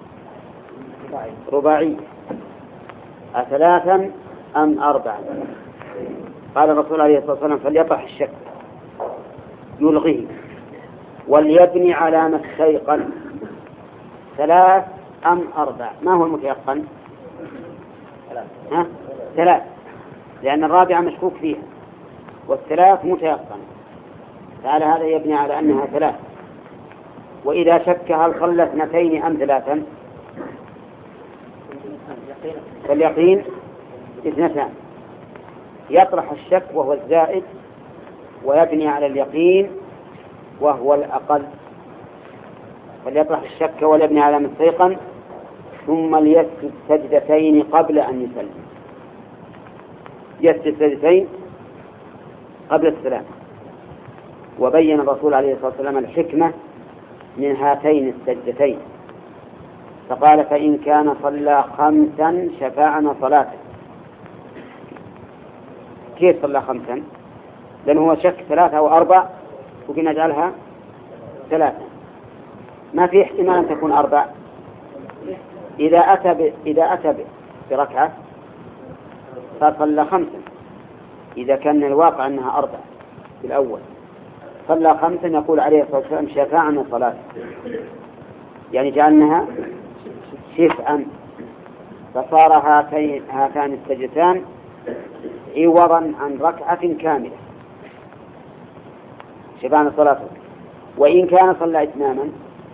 رباعية: أثلاثا أم أربعا. قال الرسول عليه الصلاة والسلام: فليطرح الشك يلغيه وليبني على ما استيقن. ثلاث أم أربع؟ ما هو المتيقن؟ ها؟ ثلاث، لأن الرابعة مشكوك فيها والثلاث متيقن، فعلى هذا يبني على أنها ثلاث. وإذا شك هل صلى اثنتين أم ثلاثا فاليقين اثنتان، يطرح الشك وهو الزائد ويبني على اليقين وهو الأقل. فليطرح الشك وليبني على ما استيقن ثم ليسجد سجدتين قبل أن يسلم. يسجد سجدتين قبل السلام. وبين الرسول عليه الصلاة والسلام الحكمة من هاتين السجدتين، فقال: فإن كان صلى خمسا شفعنا صلاته. كيف صلى خمسا؟ لأنه هو شك ثلاثة أو أربع وقلنا نجعلها ثلاثة، ما في احتمال أن تكون أربع. إذا أتى ب... إذا أتى بركعة فصلى خمسا، إذا كان الواقع أنها أربع في الأول صلى خمسا يقول عليه الصلاة والسلام: شفعنا صلاة، يعني جعلناها شفعا، فصار هاتين هاتان السجدتان عوضا عن ركعة كاملة. شفعنا صلاة. وإن كان صلى إتماما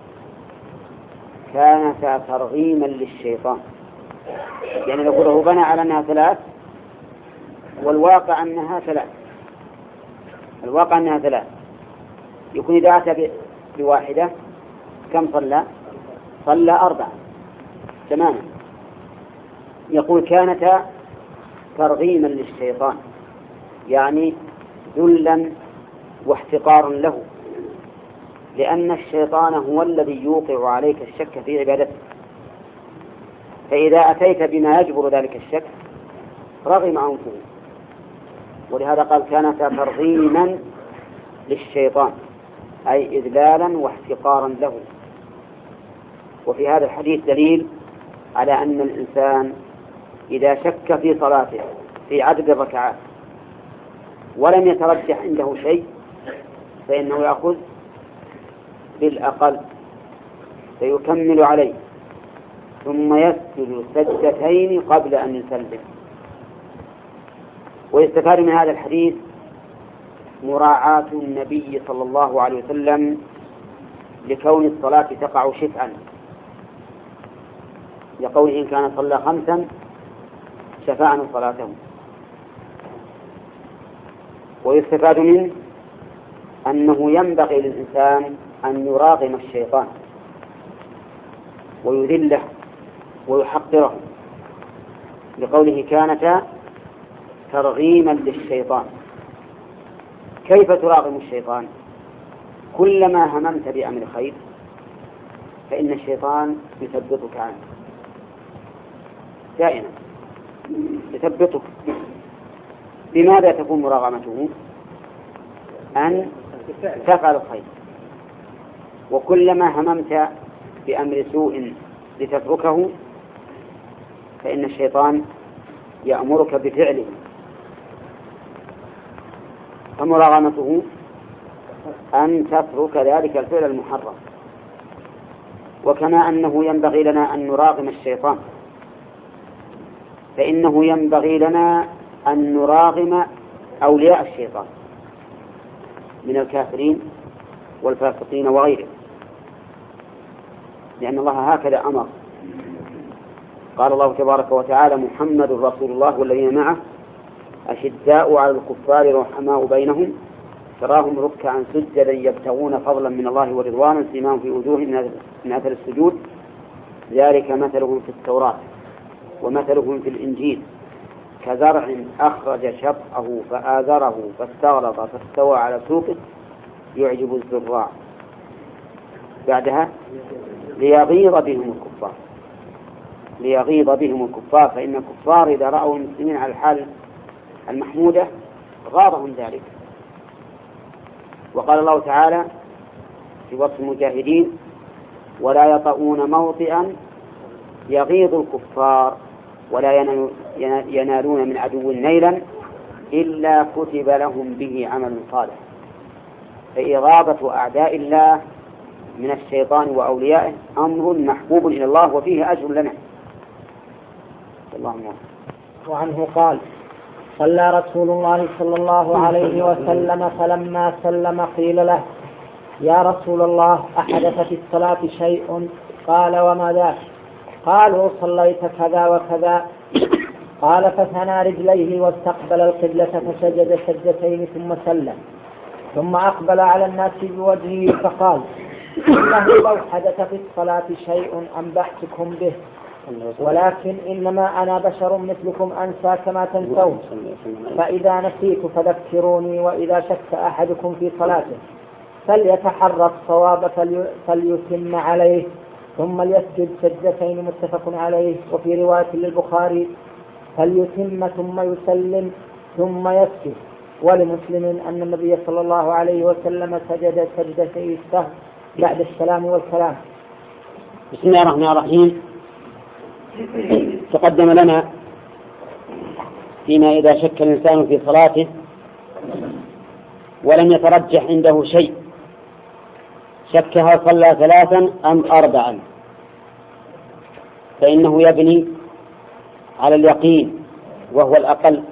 كانتا ترغيما للشيطان، يعني نقول له بنى على أنها ثلاث والواقع أنها ثلاث، الواقع أنها ثلاث، يكون إذا أتى بواحدة كم صلى؟ صلى أربعة تماما. يقول كانتا ترغيما للشيطان، يعني ذلا واحتقارا له، لأن الشيطان هو الذي يوقع عليك الشك في عبادتك، فإذا أتيت بما يجبر ذلك الشك رغم عنفه. ولهذا قال: كانتا ترغيما للشيطان، أي إذلالا واحتقارا له. وفي هذا الحديث دليل على أن الإنسان إذا شك في صلاته في عدد الركعات ولم يترجح عنده شيء فإنه يأخذ بالأقل فيكمل عليه ثم يسجد سجدتين قبل أن يسلم. ويستفاد من هذا الحديث مراعاة النبي صلى الله عليه وسلم لكون الصلاة تقع شفعا، لقول: إن كان صلى خمسا شفعنا صلاته. ويستفاد منه أنه ينبغي للإنسان أن يراغم الشيطان ويذله ويحقره، لقوله: كانتا ترغيما للشيطان. كيف تراغم الشيطان؟ كلما هممت بأمر خير فإن الشيطان يثبطك عنه دائما، يثبطك. بماذا تكون مراغمته؟ أن تفعل الخير. وكلما هممت بأمر سوء لتتركه فإن الشيطان يأمرك بفعله. فمراغمته أن تترك ذلك الفعل المحرم. وكما أنه ينبغي لنا أن نراغم الشيطان، فإنه ينبغي لنا أن نراغم أولياء الشيطان من الكافرين والفاسقين وغيرهم، لأن الله هكذا أمر. قال الله تبارك وتعالى: محمد رسول الله والذين معه أشداء على الكفار رحماء بينهم تراهم ركعا سجدا يبتغون فضلا من الله ورضوانا سيماهم في وجوههم من أثر السجود ذلك مثلهم في التوراة ومثلهم في الإنجيل كزرع أخرج شطأه فآزره فاستغلظ فاستوى على سوقه يعجب الزراع بعدها ليغيظ بهم الكفار ليغيظ بهم الكفار فإن الكفار إذا رأوا المسلمين على الحال المحمودة غاضهم ذلك. وقال الله تعالى في وصف المجاهدين: ولا يطؤون موطئا يغيظ الكفار ولا ينالون من عدو نيلا إلا كتب لهم به عمل صالح. فإغاظة أعداء الله من الشيطان وأوليائه أمر محبوب إلى الله وفيه أجر لنا. اللهم. وعنه قال: صلى رسول الله صلى الله عليه وسلم فلما سلم قيل له: يا رسول الله أحدث في الصلاة شيء؟ قال: وما ذاك؟ قالوا: صليت كذا وكذا. قال: فثنى رجليه واستقبل القبلة فسجد سجدتين ثم سلم، ثم أقبل على الناس بوجهه فقال: إنه لو حدث في الصلاة شيء أنبأتكم به، ولكن إنما أنا بشر مثلكم أنسى كما تنسون، فإذا نسيت فذكروني، وإذا شك أحدكم في صلاته فليتحرى الصواب فليتم عليه ثم ليسجد سجدتين متفق عليه. وفي رواية للبخاري: فليتم ثم يسلم ثم يسجد. ولمسلم أن النبي صلى الله عليه وسلم سجد سجدتي السهو بعد السلام والكلام. بسم الله الرحمن الرحيم. تقدم لنا فيما إذا شك الإنسان في صلاته ولم يترجح عنده شيء، شكها صلى ثلاثا أم أربعا، فإنه يبني على اليقين وهو الأقل،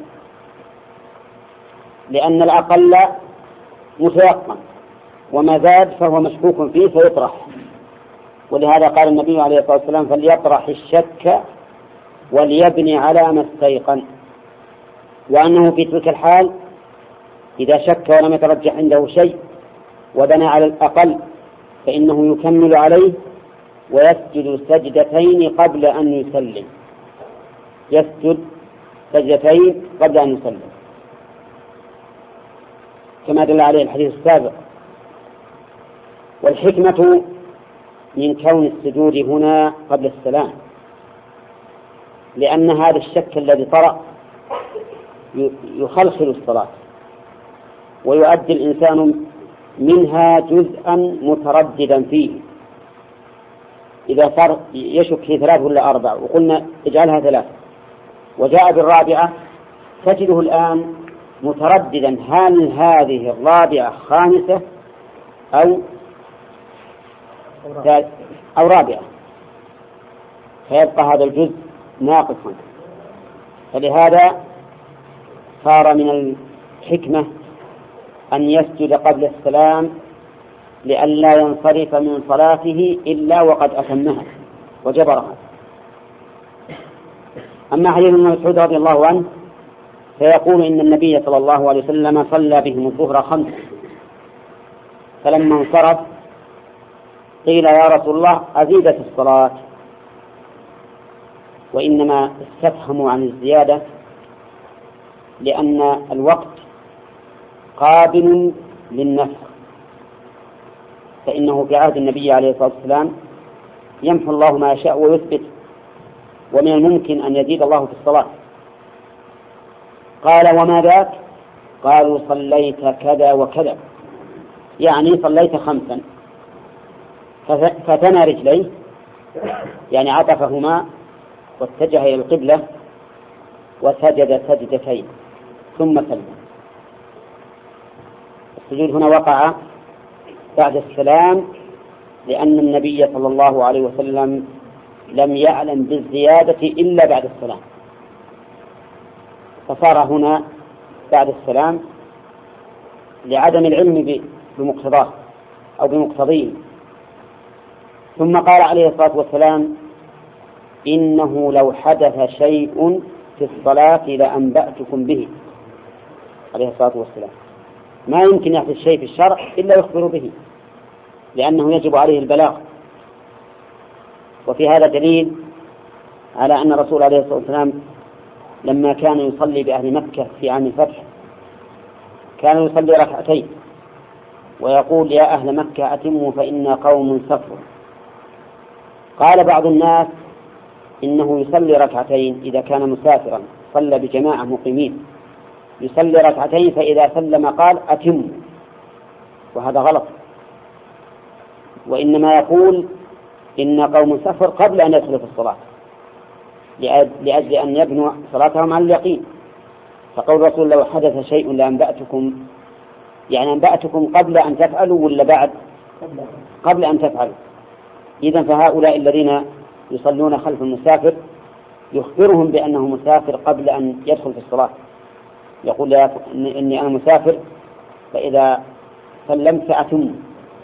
لأن الأقل متيقن وما زاد فهو مشكوك فيه فيطرح. ولهذا قال النبي عليه الصلاة والسلام: فليطرح الشك وليبني على ما استيقن. وأنه في تلك الحال إذا شك ولم يترجح عنده شيء وبنى على الأقل فإنه يكمل عليه ويسجد سجدتين قبل أن يسلم، يسجد سجدتين قبل أن يسلم كما دل عليه الحديث السابق. والحكمة من كون السجود هنا قبل السلام لأن هذا الشك الذي طرأ يخلخل الصلاة ويؤدي الإنسان منها جزءا مترددا فيه. إذا صار يشك في ثلاث ولا أربع وقلنا اجعلها ثلاث وجاء بالرابعة تجده الآن مترددا هل هذه الرابعة خامسة أو أو رابعة، فيبقى هذا الجزء ناقصا. فلهذا صار من الحكمة أن يسجد قبل السلام لئلا ينصرف من صلاته إلا وقد أتمها وجبرها. أما حديث ابن مسعود رضي الله عنه فيقول إن النبي صلى الله عليه وسلم صلى بهم الظهر خمس، فلما انصرف قيل: يا رسول الله أزيدت الصلاة؟ وإنما استفهموا عن الزيادة لأن الوقت قابل للنسخ، فإنه في عهد النبي عليه الصلاة والسلام يمحو الله ما يشاء ويثبت، ومن الممكن أن يزيد الله في الصلاة. قال: وما ذاك؟ قالوا: صليت كذا وكذا، يعني صليت خمسا. فتنى رجليه يعني عطفهما واتجه إلى القبلة وسجد سجدتين ثم سلم. السجود هنا وقع بعد السلام، لأن النبي صلى الله عليه وسلم لم يعلم بالزيادة إلا بعد السلام، فصار هنا بعد السلام لعدم العلم بمقتضاه أو بمقتضيه. ثم قال عليه الصلاة والسلام: إنه لو حدث شيء في الصلاة لأنبأتكم به. عليه الصلاة والسلام ما يمكن يحدث شيء في الشرع إلا يخبر به، لأنه يجب عليه البلاغ. وفي هذا دليل على أن الرسول عليه الصلاة والسلام لما كان يصلي بأهل مكة في عام الفتح كان يصلي ركعتين ويقول: يا أهل مكة أتموا فإنا قوم سفر. قال بعض الناس إنه يصلي ركعتين إذا كان مسافرا، صلى بجماعة مقيمين، يصلي ركعتين فإذا سلم قال: أتموا، وهذا غلط. وإنما يقول: إن قوم سفر قبل أن يدخلوا في الصلاة، لأجل أن يبنوا صلاتهم على اليقين. فقول الرسول: لو حدث شيء لأنبأتكم، يعني أنبأتكم قبل أن تفعلوا ولا بعد؟ قبل أن تفعلوا. إذن فهؤلاء الذين يصلون خلف المسافر يخبرهم بأنه مسافر قبل أن يدخل في الصلاة، يقول: إني أنا مسافر، فإذا سلمت فأتم.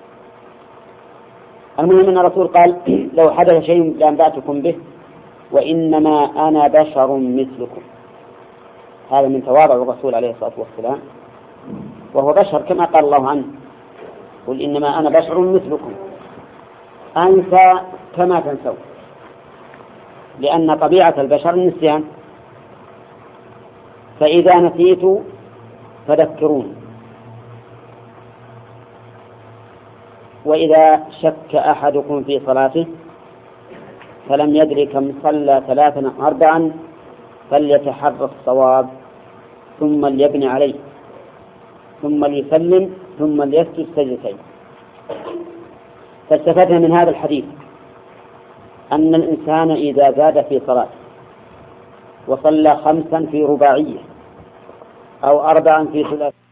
المهم أن الرسول قال: لو حدث شيء لأنبأتكم به، وإنما أنا بشر مثلكم. هذا من تواضع الرسول عليه الصلاة والسلام، وهو بشر كما قال الله عنه: قل إنما أنا بشر مثلكم أنسى كما تنسون، لأن طبيعة البشر النسيان، فإذا نسيت فذكرون. وإذا شك أحدكم في صلاته فلم يدري كم صلى ثلاثا أربعا فليتحرى الصواب ثم ليبني عليه ثم ليسلم ثم ليسجد سجدتين. فاستفدنا من هذا الحديث أن الإنسان إذا زاد في صلاة وصلى خمسا في رباعية أو أربعا في ثلاث